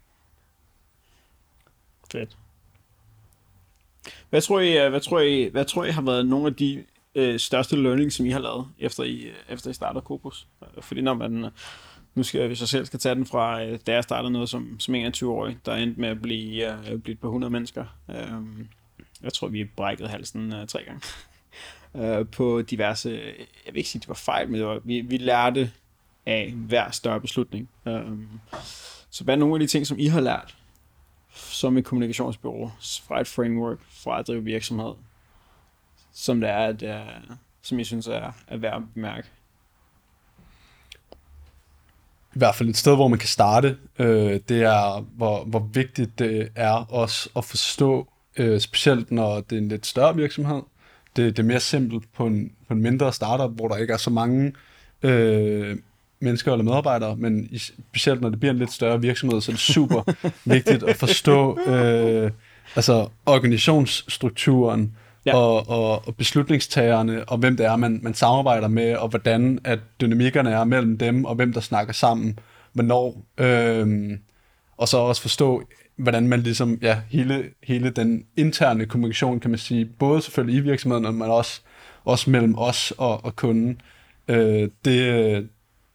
Fedt. Hvad tror I, hvad tror I, hvad tror I har været nogle af de øh, største learnings, som I har lavet, efter I, efter I startede Corpus? Fordi når man, nu skal jeg, hvis jeg selv skal tage den fra, da jeg startede noget som, som enogtyve-årig, der endte med at blive, uh, blive på hundrede mennesker. Uh, jeg tror, vi brækkede halsen uh, tre gange. uh, på diverse, jeg vil ikke sige, det var fejl, men det var, vi, vi lærte af hver større beslutning. Uh, så hvad er nogle af de ting, som I har lært, som et kommunikationsbureau, fra et framework, fra at drive virksomhed, som det er, at, uh, som jeg synes er, er værd at bemærke? I hvert fald et sted, hvor man kan starte, øh, det er, hvor, hvor vigtigt det er også at forstå, øh, specielt når det er en lidt større virksomhed. Det, det er mere simpelt på en, på en mindre startup, hvor der ikke er så mange øh, mennesker eller medarbejdere, men i, specielt når det bliver en lidt større virksomhed, så er det super vigtigt at forstå øh, altså organisationsstrukturen, ja. og, og, og beslutningstagerne, og hvem det er, man, man samarbejder med, og hvordan at dynamikkerne er mellem dem, og hvem der snakker sammen, hvornår, øh, og så også forstå, hvordan man ligesom, ja, hele, hele den interne kommunikation, kan man sige, både selvfølgelig i virksomheden, men også, også mellem os og, og kunden, øh, det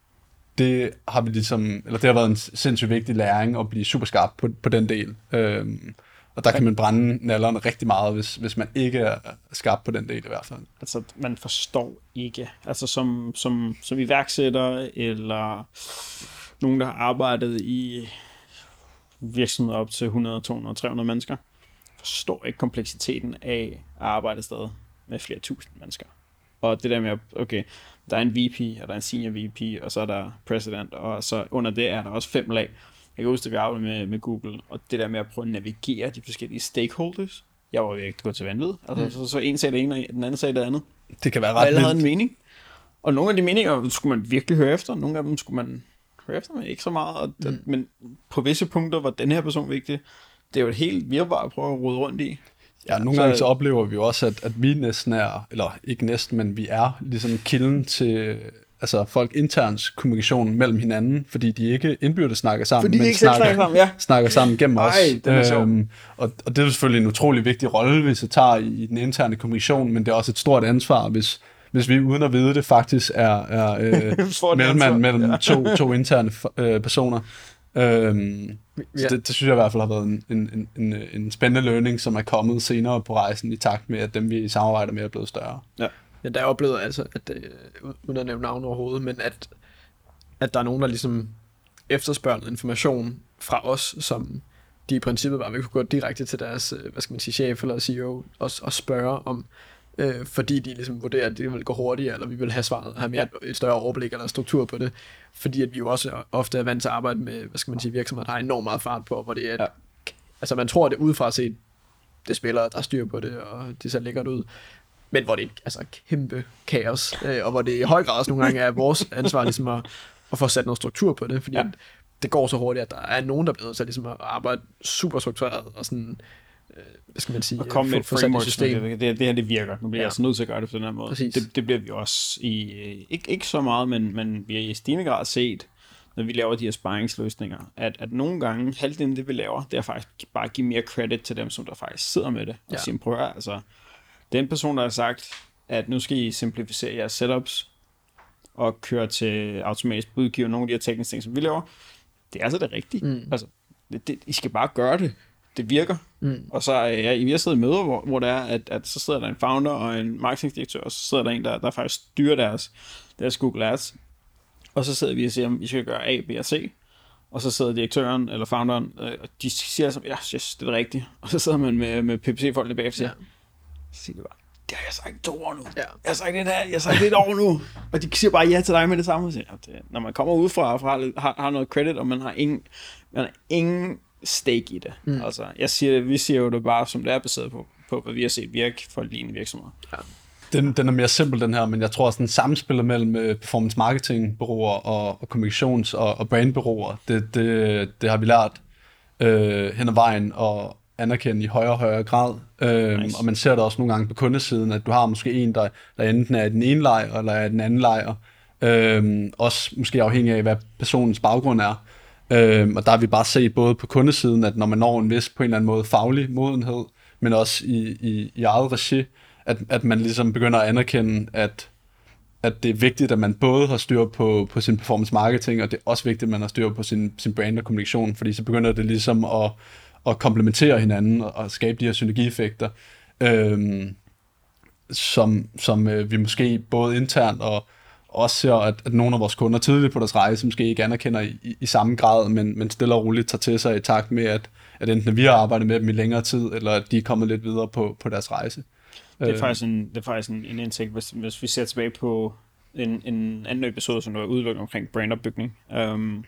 det har vi ligesom, eller det har været en sindssygt vigtig læring at blive super skarp på, på den del. Øhm, og der kan man brænde nallerne rigtig meget, hvis, hvis man ikke er skarp på den del i hvert fald. Altså, man forstår ikke. Altså, som, som, som iværksætter, eller nogen, der har arbejdet i virksomheder op til hundrede, to hundrede, tre hundrede mennesker, forstår ikke kompleksiteten af at arbejde et sted med flere tusind mennesker. Og det der med, okay, der er en V P, og der er en senior V P, og så er der president, og så under det er der også fem lag. Jeg kan huske, at vi arbejdede med, med Google, og det der med at prøve at navigere de forskellige stakeholders, jeg var virkelig gået til vanvid. Altså, mm. så, så en sagde det ene, og den anden sagde det andet. Det kan være ret og alle havde en mening. Og nogle af de meninger skulle man virkelig høre efter, nogle af dem skulle man høre efter, men ikke så meget. Og, mm. Men på visse punkter var den her person vigtig. Det er jo et helt virvar at prøve at rode rundt i. Ja, nogle så, gange så oplever vi jo også, at, at vi næsten er, eller ikke næsten, men vi er ligesom kilden til altså folk interns kommunikation mellem hinanden, fordi de ikke indbyrdes snakker sammen, fordi de men ikke snakker, snakker sammen, ja. snakker sammen gennem os. Ej, øhm, og, og det er selvfølgelig en utrolig vigtig rolle, hvis det tager i den interne kommunikation, men det er også et stort ansvar, hvis, hvis vi uden at vide det faktisk er, er øh, mellemmand mellem ja. to, to interne øh, personer. Øhm, ja. Så det, det synes jeg i hvert fald har været en, en, en, en spændende learning, som er kommet senere på rejsen i takt med, at dem vi samarbejder med er blevet større. Ja, ja der er oplevet altså, at, øh, uden at nævne navn overhovedet, men at, at der er nogen, der ligesom efterspørger noget information fra os, som de i princippet bare vil kunne gå direkte til deres, hvad skal man sige, chef eller C E O og, og spørge om, øh, fordi de ligesom vurderer, at det vil gå hurtigere, eller vi vil have svaret, have mere, et større overblik eller struktur på det, fordi at vi jo også ofte er vant til at arbejde med, hvad skal man sige, virksomheder, der har enormt meget fart på, hvor det er, ja. altså man tror, at det udefra set, det spiller, der styr på det, og det ser lækkert ud, men hvor det er altså kæmpe kaos, øh, og hvor det i høj grad også nogle gange er vores ansvar ligesom at, at få sat noget struktur på det, fordi ja. det går så hurtigt, at der er nogen, der bliver så ligesom at arbejde super struktureret og sådan, øh, hvad skal man sige, og komme med et framework, system. Det, det, det her det virker. Nu bliver ja. jeg altså nødt til at gøre det på den her måde. Det, det bliver vi også i, ikke, ikke så meget, men, men vi har i stigende grad set, når vi laver de her sparringsløsninger, at, at nogle gange, halvdelen det vi laver, det er faktisk bare at give mere credit til dem, som der faktisk sidder med det, og ja. sige, prøv at, altså, den person, der har sagt, at nu skal I simplificere jeres setups, og køre til automatisk budgiver, nogle af de her tekniske ting, som vi laver, det er altså det rigtige. Mm. Altså, det, det, I skal bare gøre det. Det virker. Mm. Og så ja, vi har siddet i møder, hvor, hvor det er, at, at så sidder der en founder og en marketingdirektør, og så sidder der en, der, der faktisk styrer deres, deres Google Ads. Og så sidder vi og siger, at vi skal gøre A, B og C. Og så sidder direktøren eller founderen, og de siger altså, ja, yes, det er det rigtige. Og så sidder man med, med P P C-folkene bagefter og siger, ja. så siger de bare, det har jeg sagt to år nu. Ja. Jeg har sagt det her, jeg har sagt det et år nu. Og de siger bare ja til dig med det samme. Siger, det, når man kommer ud fra og har, har noget credit, og man har ingen, man har ingen stake i det. Mm. Altså, jeg siger, vi siger jo det bare, som det er baseret på, på hvad vi har set virke for lignende virksomheder. Ja. Den, den er mere simpel, den her, men jeg tror også, den samspiller mellem performance marketing bureauer og, og kommunikations- og, og brandbureauer, det, det, det har vi lært øh, hen ad vejen og anerkende i højere og højere grad. Øh, nice. Og man ser det også nogle gange på kundesiden, at du har måske en, der, der enten er i den ene lejr, eller er i den anden lejr. Øh, også måske afhængig af, hvad personens baggrund er. Øh, og der har vi bare set både på kundesiden, at når man når en vis på en eller anden måde faglig modenhed, men også i, i, i eget regi, at, at man ligesom begynder at anerkende, at, at det er vigtigt, at man både har styr på, på sin performance marketing, og det er også vigtigt, at man har styr på sin, sin brand og kommunikation, fordi så begynder det ligesom at, at komplementere hinanden og skabe de her synergieffekter, øhm, som, som øh, vi måske både internt og også ser, at, at nogle af vores kunder tidligt på deres rejse måske ikke anerkender i, i, i samme grad, men, men stille og roligt tager til sig i takt med, at, at enten vi har arbejdet med dem i længere tid, eller at de er kommet lidt videre på, på deres rejse. Det er faktisk en, det er faktisk en, en indsigt, hvis, hvis vi ser tilbage på en, en anden episode, som var udelukkende omkring brandopbygning. Um,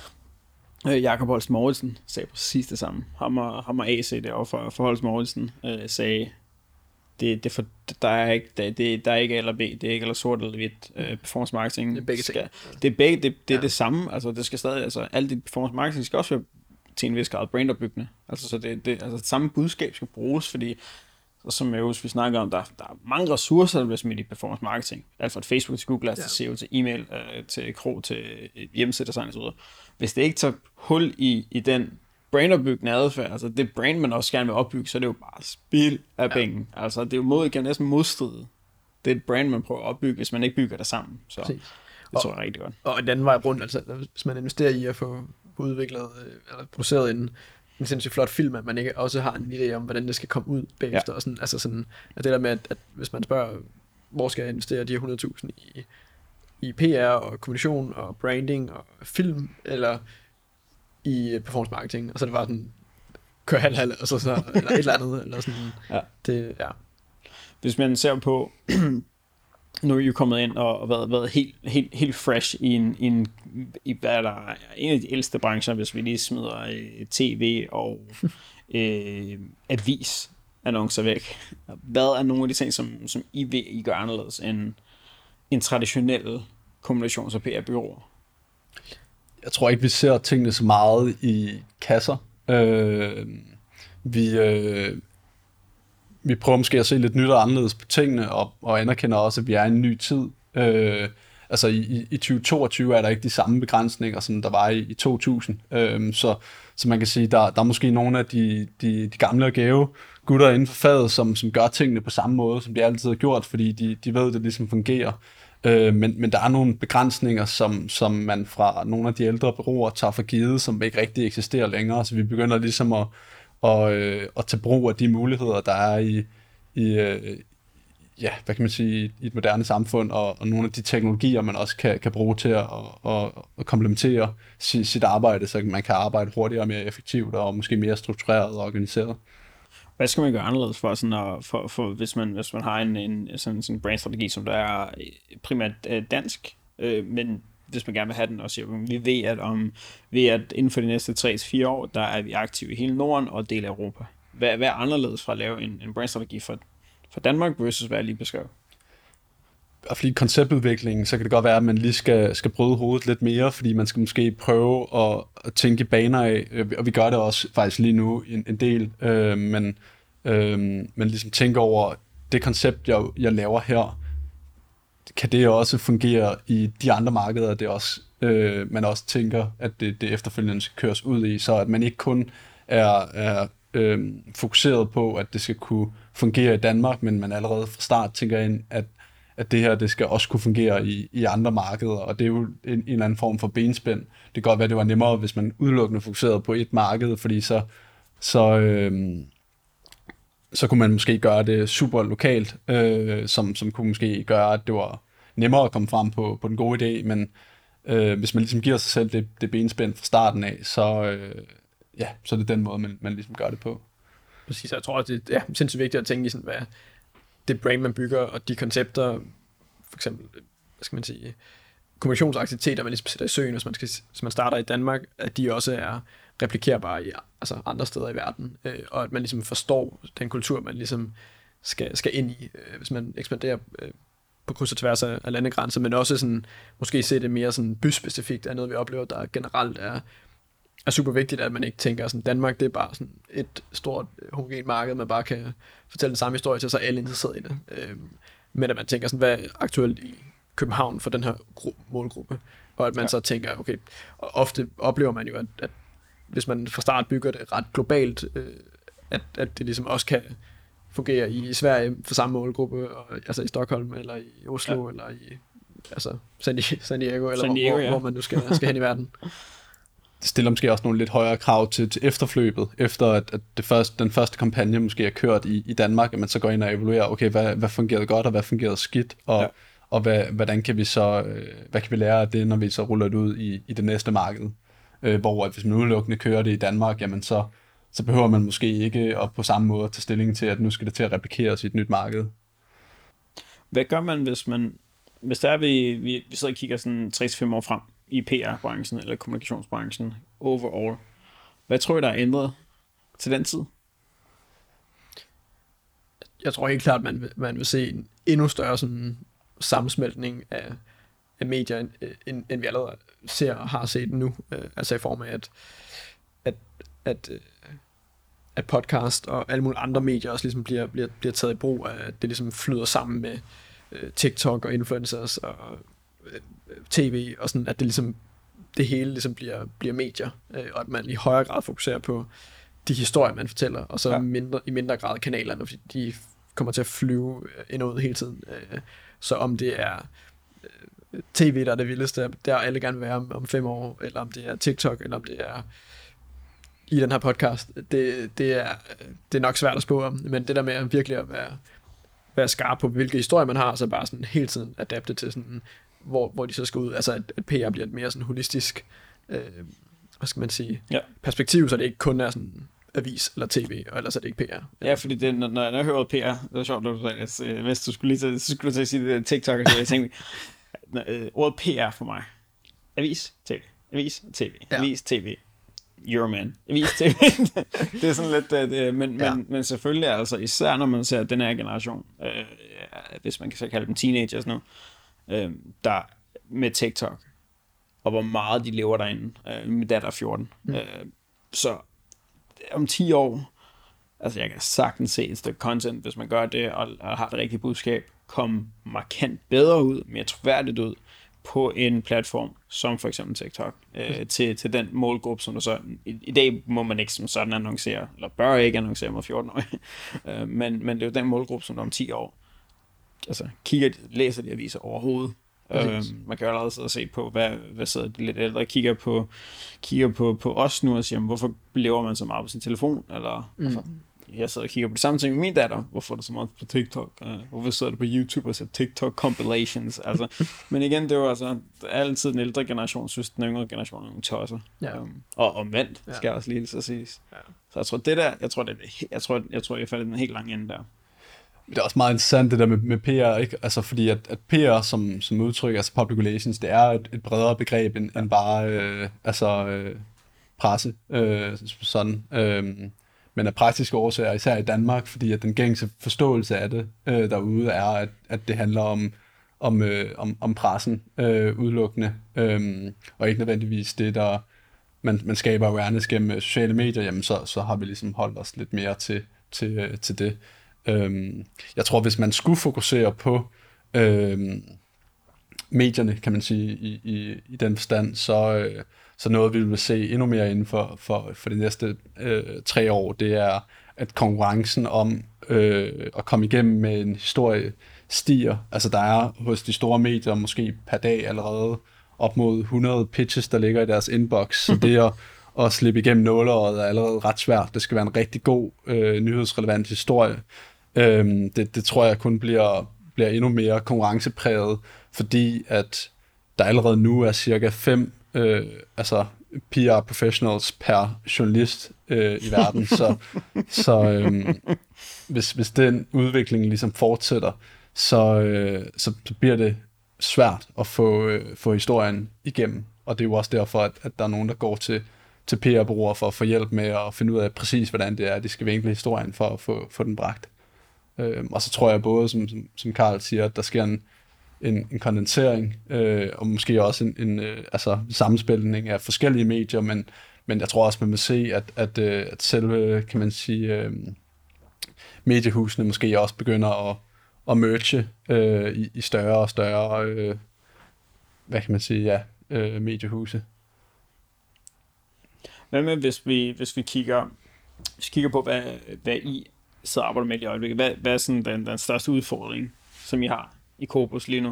Jakob Holst Mouritzen sagde præcis det samme. Ham og, ham og A C derovre for, for Holst Mouritzen uh, sagde, det, det for, der er ikke det, der er ikke A eller B, det er ikke eller sort eller hvidt. Uh, performance marketing det er begge skal, det er begge, det, det er ja. det samme. Altså det skal stadig, altså alt det performance marketing skal også være til en vis grad brandopbyggende. Altså så det, det altså det samme budskab skal bruges, fordi og som jeg også vi snakker om, der, der er mange ressourcer, der bliver smidt i performance marketing. Alt fra Facebook til Google, ja. til S E O, til e-mail, øh, til Kro, til hjemmesidedesign og så videre. Hvis det ikke tager hul i, i den brandopbyggende adfærd, altså det brand, man også gerne vil opbygge, så er det jo bare spil af ja. penge. Altså det er jo mod, kan næsten modstride. Det er et brand, man prøver at opbygge, hvis man ikke bygger det sammen. Så Præcis. det og, tror jeg er rigtig godt. Og den vej rundt, altså hvis man investerer i at få udviklet, eller produceret en en sindssygt flot film, at man ikke også har en idé om, hvordan det skal komme ud bagefter. Ja. Og sådan, altså sådan, at det der med, at, at hvis man spørger, hvor skal jeg investere de hundrede tusind i, i P R og kommunikation og branding og film, eller i performance marketing, og så er det bare sådan, kør halv-halv, og så, så eller et eller andet, eller sådan, ja. Det, ja. Hvis man ser på, nu er I jo kommet ind og, og været, været helt, helt, helt fresh i, en, i, en, i hvad der er en af de ældste brancher, hvis vi lige smider øh, tv og øh, avisannoncer væk. Hvad er nogle af de ting, som, som I vil I gør anderledes end en traditionel kommunikations- og P R-bureauer? Jeg tror ikke, vi ser tingene så meget i kasser. Øh, vi... Øh Vi prøver måske at se lidt nyt og anderledes på tingene, og, og anerkender også, at vi er i en ny tid. Øh, altså i, i tyve toogtyve er der ikke de samme begrænsninger, som der var i, i to tusind. Øh, så, så man kan sige, der, der er måske nogle af de, de, de gamle og gave gutter inden for faget, som, som gør tingene på samme måde, som de altid har gjort, fordi de, de ved, at det ligesom fungerer. Øh, men, men der er nogle begrænsninger, som, som man fra nogle af de ældre bureauer tager for givet, som ikke rigtig eksisterer længere. Så vi begynder ligesom at Og, øh, og tage brug af de muligheder, der er i, i øh, ja, hvad kan man sige, i et moderne samfund, og, og nogle af de teknologier, man også kan, kan bruge til at og, og komplementere sit, sit arbejde, så man kan arbejde hurtigere og mere effektivt, og måske mere struktureret og organiseret. Hvad skal man gøre anderledes for, sådan at, for, for hvis, man, hvis man har en, en sådan, sådan brandstrategi, som der er primært dansk, øh, men hvis man gerne vil have den, og siger, vi ved, at, om, ved, at inden for de næste tre til fire år, der er vi aktive i hele Norden og del af Europa. Hvad, hvad er anderledes fra at lave en, en brandstrategi for, for Danmark versus hvad jeg lige beskrev? Og fordi konceptudviklingen, så kan det godt være, at man lige skal, skal bryde hovedet lidt mere, fordi man skal måske prøve at, at tænke baner af, og vi gør det også faktisk lige nu en, en del, øh, men, øh, men ligesom tænke over det koncept, jeg, jeg laver her, kan det også fungere i de andre markeder, det også, øh, man også tænker, at det, det efterfølgende skal køres ud i, så at man ikke kun er, er øh, fokuseret på, at det skal kunne fungere i Danmark, men man allerede fra start tænker ind, at at det her, det skal også kunne fungere i, i andre markeder, og det er jo en, en eller anden form for benspænd. Det kan godt være, det var nemmere, hvis man udelukkende fokuserede på et marked, fordi så, så, øh, så kunne man måske gøre det super lokalt, øh, som, som kunne måske gøre, at det var nemmere at komme frem på, på den gode idé, men øh, hvis man ligesom giver sig selv det, det benspænd fra starten af, så, øh, ja, så er det den måde, man, man ligesom gør det på. Præcis, jeg tror, at det er sindssygt vigtigt at tænke i sådan, hvad det brand, man bygger, og de koncepter, for eksempel, hvad skal man sige, kommunikationsaktiviteter, man ligesom sætter i søen, hvis man, skal, hvis man starter i Danmark, at de også er replikerbare i altså andre steder i verden, øh, og at man ligesom forstår den kultur, man ligesom skal, skal ind i, øh, hvis man ekspanderer øh, på kryds og tværs af, af landegrænser, men også sådan, måske se det mere sådan byspecifikt, er noget, vi oplever, der generelt er er super vigtigt, at man ikke tænker sådan, Danmark, det er bare sådan et stort homogent marked, man bare kan fortælle den samme historie til, så er alle interesseret i det. Øhm, men at man tænker sådan, hvad er aktuelt i København for den her gru- målgruppe, og at man ja. så tænker, okay, og ofte oplever man jo, at, at hvis man fra start bygger det ret globalt, øh, at, at det ligesom også kan fungere i Sverige for samme målgruppe, og, altså i Stockholm, eller i Oslo, ja. eller i altså San Diego, San Diego eller San Diego, hvor, ja. hvor man nu skal, skal hen i verden. Det stiller måske også nogle lidt højere krav til, til efterfløbet, efter at, at det første, den første kampagne måske er kørt i, i Danmark, at man så går ind og evaluerer, okay, hvad, hvad fungerede godt, og hvad fungerede skidt, og, ja. og hvad, hvordan kan vi så, hvad kan vi lære af det, når vi så ruller det ud i, i det næste marked, øh, hvor at hvis man udelukkende kører det i Danmark, jamen så, så behøver man måske ikke at på samme måde tage stilling til, at nu skal det til at replikeres i et nyt marked. Hvad gør man, hvis man, hvis der er, vi, vi, vi sidder og kigger sådan tre til fem år frem, i P R-branchen eller kommunikationsbranchen overall. Hvad tror I, der er ændret til den tid? Jeg tror helt klart, at man vil, man vil se en endnu større sådan, sammensmeltning af, af medier, end, end, end vi allerede ser og har set nu. Altså i form af, at, at, at, at podcast og alle mulige andre medier også ligesom bliver, bliver, bliver taget i brug, at det ligesom flyder sammen med TikTok og influencers og tv, og sådan, at det ligesom det hele ligesom bliver, bliver medier, øh, og at man i højere grad fokuserer på de historier, man fortæller, og så ja. mindre, i mindre grad kanalerne, fordi de kommer til at flyve ind og ud hele tiden. Øh, så om det er øh, tv, der er det vildeste, der alle gerne vil være om, om fem år, eller om det er TikTok, eller om det er i den her podcast, det, det, er, det er nok svært at spå om, men det der med at virkelig at være, være skarp på, hvilke historier man har, så bare sådan hele tiden adapte til sådan Hvor, hvor de så skal ud, altså at, at P R bliver et mere sådan holistisk, øh, hvad skal man sige, ja. perspektiv, så det ikke kun er sådan avis eller tv, og ellers er det ikke P R. Ja, fordi det, når, når jeg hører P R, det er sjovt, at du sagde, at øh, hvis du skulle lige til, så skulle du til at sige det der TikTok, så jeg tænkte, øh, ordet P R for mig, avis, tv, avis, tv, ja. avis, tv, Euroman, avis, tv, det er sådan lidt, øh, det, men, ja. men, men selvfølgelig altså, især når man ser den her generation, øh, hvis man kan så kalde dem teenagers nu, Øh, der med TikTok, og hvor meget de lever derinde. Øh, min datter er fjorten. Mm. Øh, så om ti år, altså jeg kan sagtens se et stykke content, hvis man gør det, og, og har det rigtige budskab, komme markant bedre ud, mere troværdigt ud, på en platform, som for eksempel TikTok, øh, mm. til, til den målgruppe, som der så, i, i dag må man ikke som sådan annoncere, eller bør ikke annoncere mod fjorten-årige, øh, men, men det er jo den målgruppe, som der om ti år, altså kigger, læser de aviser overhovedet. Øhm, man kan jo allerede sidde og se på, hvad, hvad sidder de lidt ældre, kigger på, kigger på, på os nu og siger, hvorfor lever man så meget på sin telefon, eller mm. hvorfor, jeg sidder og kigger på det samme ting med min datter, hvorfor er det så meget på TikTok, uh, hvorfor sidder du på YouTube og ser TikTok compilations, altså, men igen, det er jo altså, altid den ældre generation synes, den yngre generation er nogle tosser, ja. um, og omvendt, ja. skal også lige så siges. Ja. Så jeg tror, det der, jeg tror, det er, jeg tror, jeg tror, jeg faldt den helt lang ende der. Det er også meget interessant det der med, med P R, ikke? Altså fordi at, at P R som, som udtryk, altså public relations, det er et, et bredere begreb end, ja. end bare øh, altså, øh, presse, øh, sådan. Øh, men af praktiske årsager, især i Danmark, fordi at den gængse forståelse af det øh, derude er, at, at det handler om, om, øh, om, om pressen øh, udelukkende, øh, og ikke nødvendigvis det, der man, man skaber awareness gennem sociale medier, jamen så, så har vi ligesom holdt os lidt mere til, til, til det. Øh, jeg tror, hvis man skulle fokusere på øh, medierne, kan man sige, i, i, i den forstand, så, øh, så noget, vi vil se endnu mere inden for, for, for de næste øh, tre år, det er, at konkurrencen om øh, at komme igennem med en historie stiger. Altså der er hos de store medier måske per dag allerede op mod hundrede pitches, der ligger i deres inbox, så det at, at slippe igennem nåleøjet er allerede ret svært. Det skal være en rigtig god, øh, nyhedsrelevant historie. Øh, det, det tror jeg kun bliver, bliver endnu mere konkurrencepræget, fordi at der allerede nu er cirka fem øh, altså P R professionals per journalist øh, i verden, så, så øh, hvis, hvis den udvikling ligesom fortsætter, så, øh, så, så bliver det svært at få, øh, få historien igennem, og det er jo også derfor, at, at der er nogen, der går til, til P R-bureauer for at få hjælp med at finde ud af præcis, hvordan det er, de skal vinkle historien for at få, få den bragt. Øh, og så tror jeg både, som, som, som Carl siger, at der sker en en, en kondensering, øh, og måske også en, en øh, altså sammenspilning af forskellige medier, men, men jeg tror også, man vil se, at, at, øh, at selve, kan man sige, øh, mediehusene måske også begynder at, at merge øh, i, i større og større, øh, hvad kan man sige, ja, øh, mediehuse. Hvad med, hvis vi, hvis vi kigger, hvis vi kigger på, hvad, hvad I sidder og arbejder med i øjeblikket, hvad, hvad er sådan den, den største udfordring, som I har i Corpus lige nu?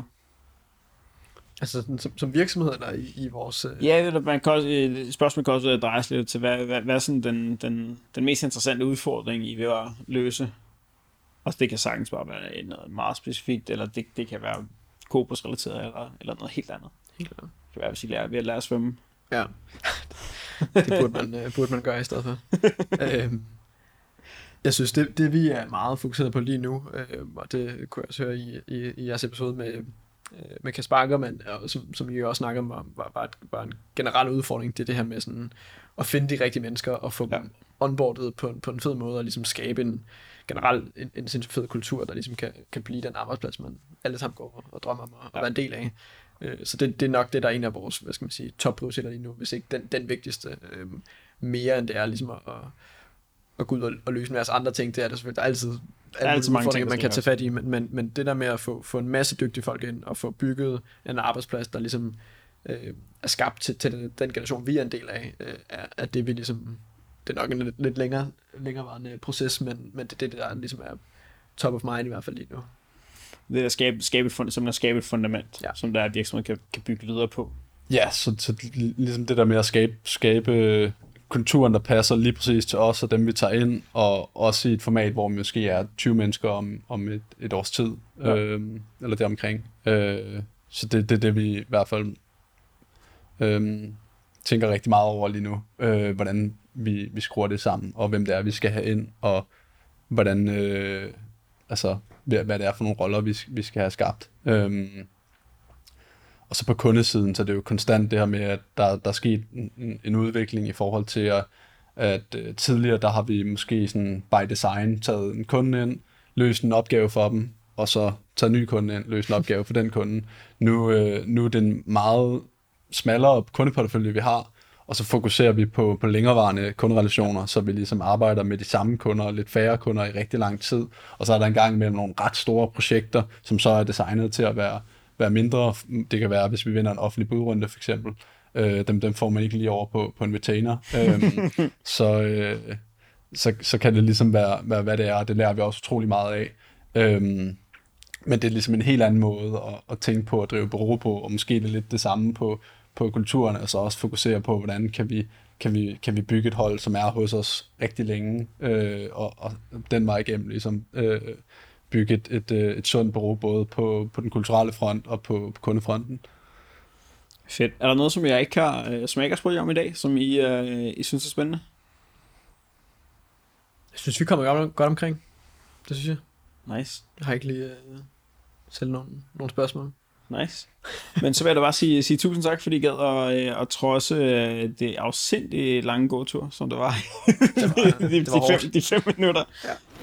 Altså som, som virksomhed eller i, i vores... Øh... Ja, man kan også, spørgsmålet kan også dreje sig lidt til, hvad, hvad, hvad er sådan den, den, den mest interessante udfordring, I vil at løse? Og det kan sagtens bare være noget meget specifikt, eller det, det kan være Corpus-relateret, eller, eller noget helt andet. Helt andet. Det kan være, hvis I lærer ved at lære at svømme. Ja, det burde man, øh, burde man gøre i stedet for. øhm, jeg synes, det, det vi er meget fokuseret på lige nu, øh, og det kunne jeg også høre i, i, i jeres episode med, øh, med Kasper Ankermann, og som, som I jo også snakker om, var, var, var en generel udfordring, det er det her med sådan, at finde de rigtige mennesker, og få ja. dem onboardet på, på en fed måde, og ligesom skabe en generelt en, en sindssygt fed kultur, der ligesom kan, kan blive den arbejdsplads, man alle sammen går og drømmer om at, ja. at være en del af. Så det, det er nok det, der er en af vores, hvad skal man sige, topprioriteter lige nu, hvis ikke den, den vigtigste, øh, mere end det er ligesom at, at gå ud og, og løse en masse andre ting. Det er der selvfølgelig, der er altid, der er altid mange ting, man kan tage fat i, men, men, men det der med at få, få en masse dygtige folk ind, og få bygget en arbejdsplads, der ligesom øh, er skabt til, til den, den generation, vi er en del af, øh, er, er det vi ligesom, det er nok en lidt, lidt længere, længerevarende proces, men, men det er det, der ligesom er top of mind i hvert fald lige nu. Det er at skabe, skabe et fund, som at skabe et fundament, ja. som der er virksomheden kan, kan bygge videre på. Ja, så, så ligesom det der med at skabe, skabe kulturen, der passer lige præcis til os og dem, vi tager ind, og også i et format, hvor vi måske er tyve mennesker om, om et, et års tid, ja. øh, eller deromkring. Øh, så det er det, det, vi i hvert fald øh, tænker rigtig meget over lige nu, øh, hvordan vi, vi skruer det sammen, og hvem det er, vi skal have ind, og hvordan... Øh, altså, hvad det er for nogle roller, vi, vi skal have skabt. Øhm, og så på kundesiden, så det er jo konstant det her med, at der, der er sket en, en udvikling i forhold til, at, at uh, tidligere, der har vi måske sådan by design taget en kunde ind, løst en opgave for dem, og så taget en ny kunde ind, løst en opgave for den kunde. Nu, øh, nu er det en meget smallere kundeportefølje, vi har, og så fokuserer vi på, på længerevarende kunderelationer, så vi ligesom arbejder med de samme kunder, lidt færre kunder i rigtig lang tid, og så er der en gang imellem nogle ret store projekter, som så er designet til at være, være mindre. Det kan være, hvis vi vinder en offentlig budrunde for eksempel, øh, dem, dem får man ikke lige over på, på en retainer, øhm, så, øh, så, så kan det ligesom være, være, hvad det er, og det lærer vi også utrolig meget af. Øhm, men det er ligesom en helt anden måde at, at tænke på at drive bureau på, og måske det er lidt det samme på på kulturen, og så også fokusere på, hvordan kan vi, kan vi, kan vi bygge et hold, som er hos os rigtig længe, øh, og, og den vej igennem ligesom øh, bygge et, et, et sundt bureau, både på, på den kulturelle front og på, på kundefronten. Fedt. Er der noget, som jeg ikke har, som jeg ikke har spurgt jer om i dag, som I, øh, I synes er spændende? Jeg synes, vi kommer godt, godt omkring. Det synes jeg. Nice. Jeg har ikke lige øh, selv nogle, nogle spørgsmål. Nice. Men så vil jeg da bare sige, sige tusind tak, fordi I gad at, øh, at trodse øh, det afsindigt lange gåtur, som det var. Det var, de, det var de, fem, de fem minutter. Ja.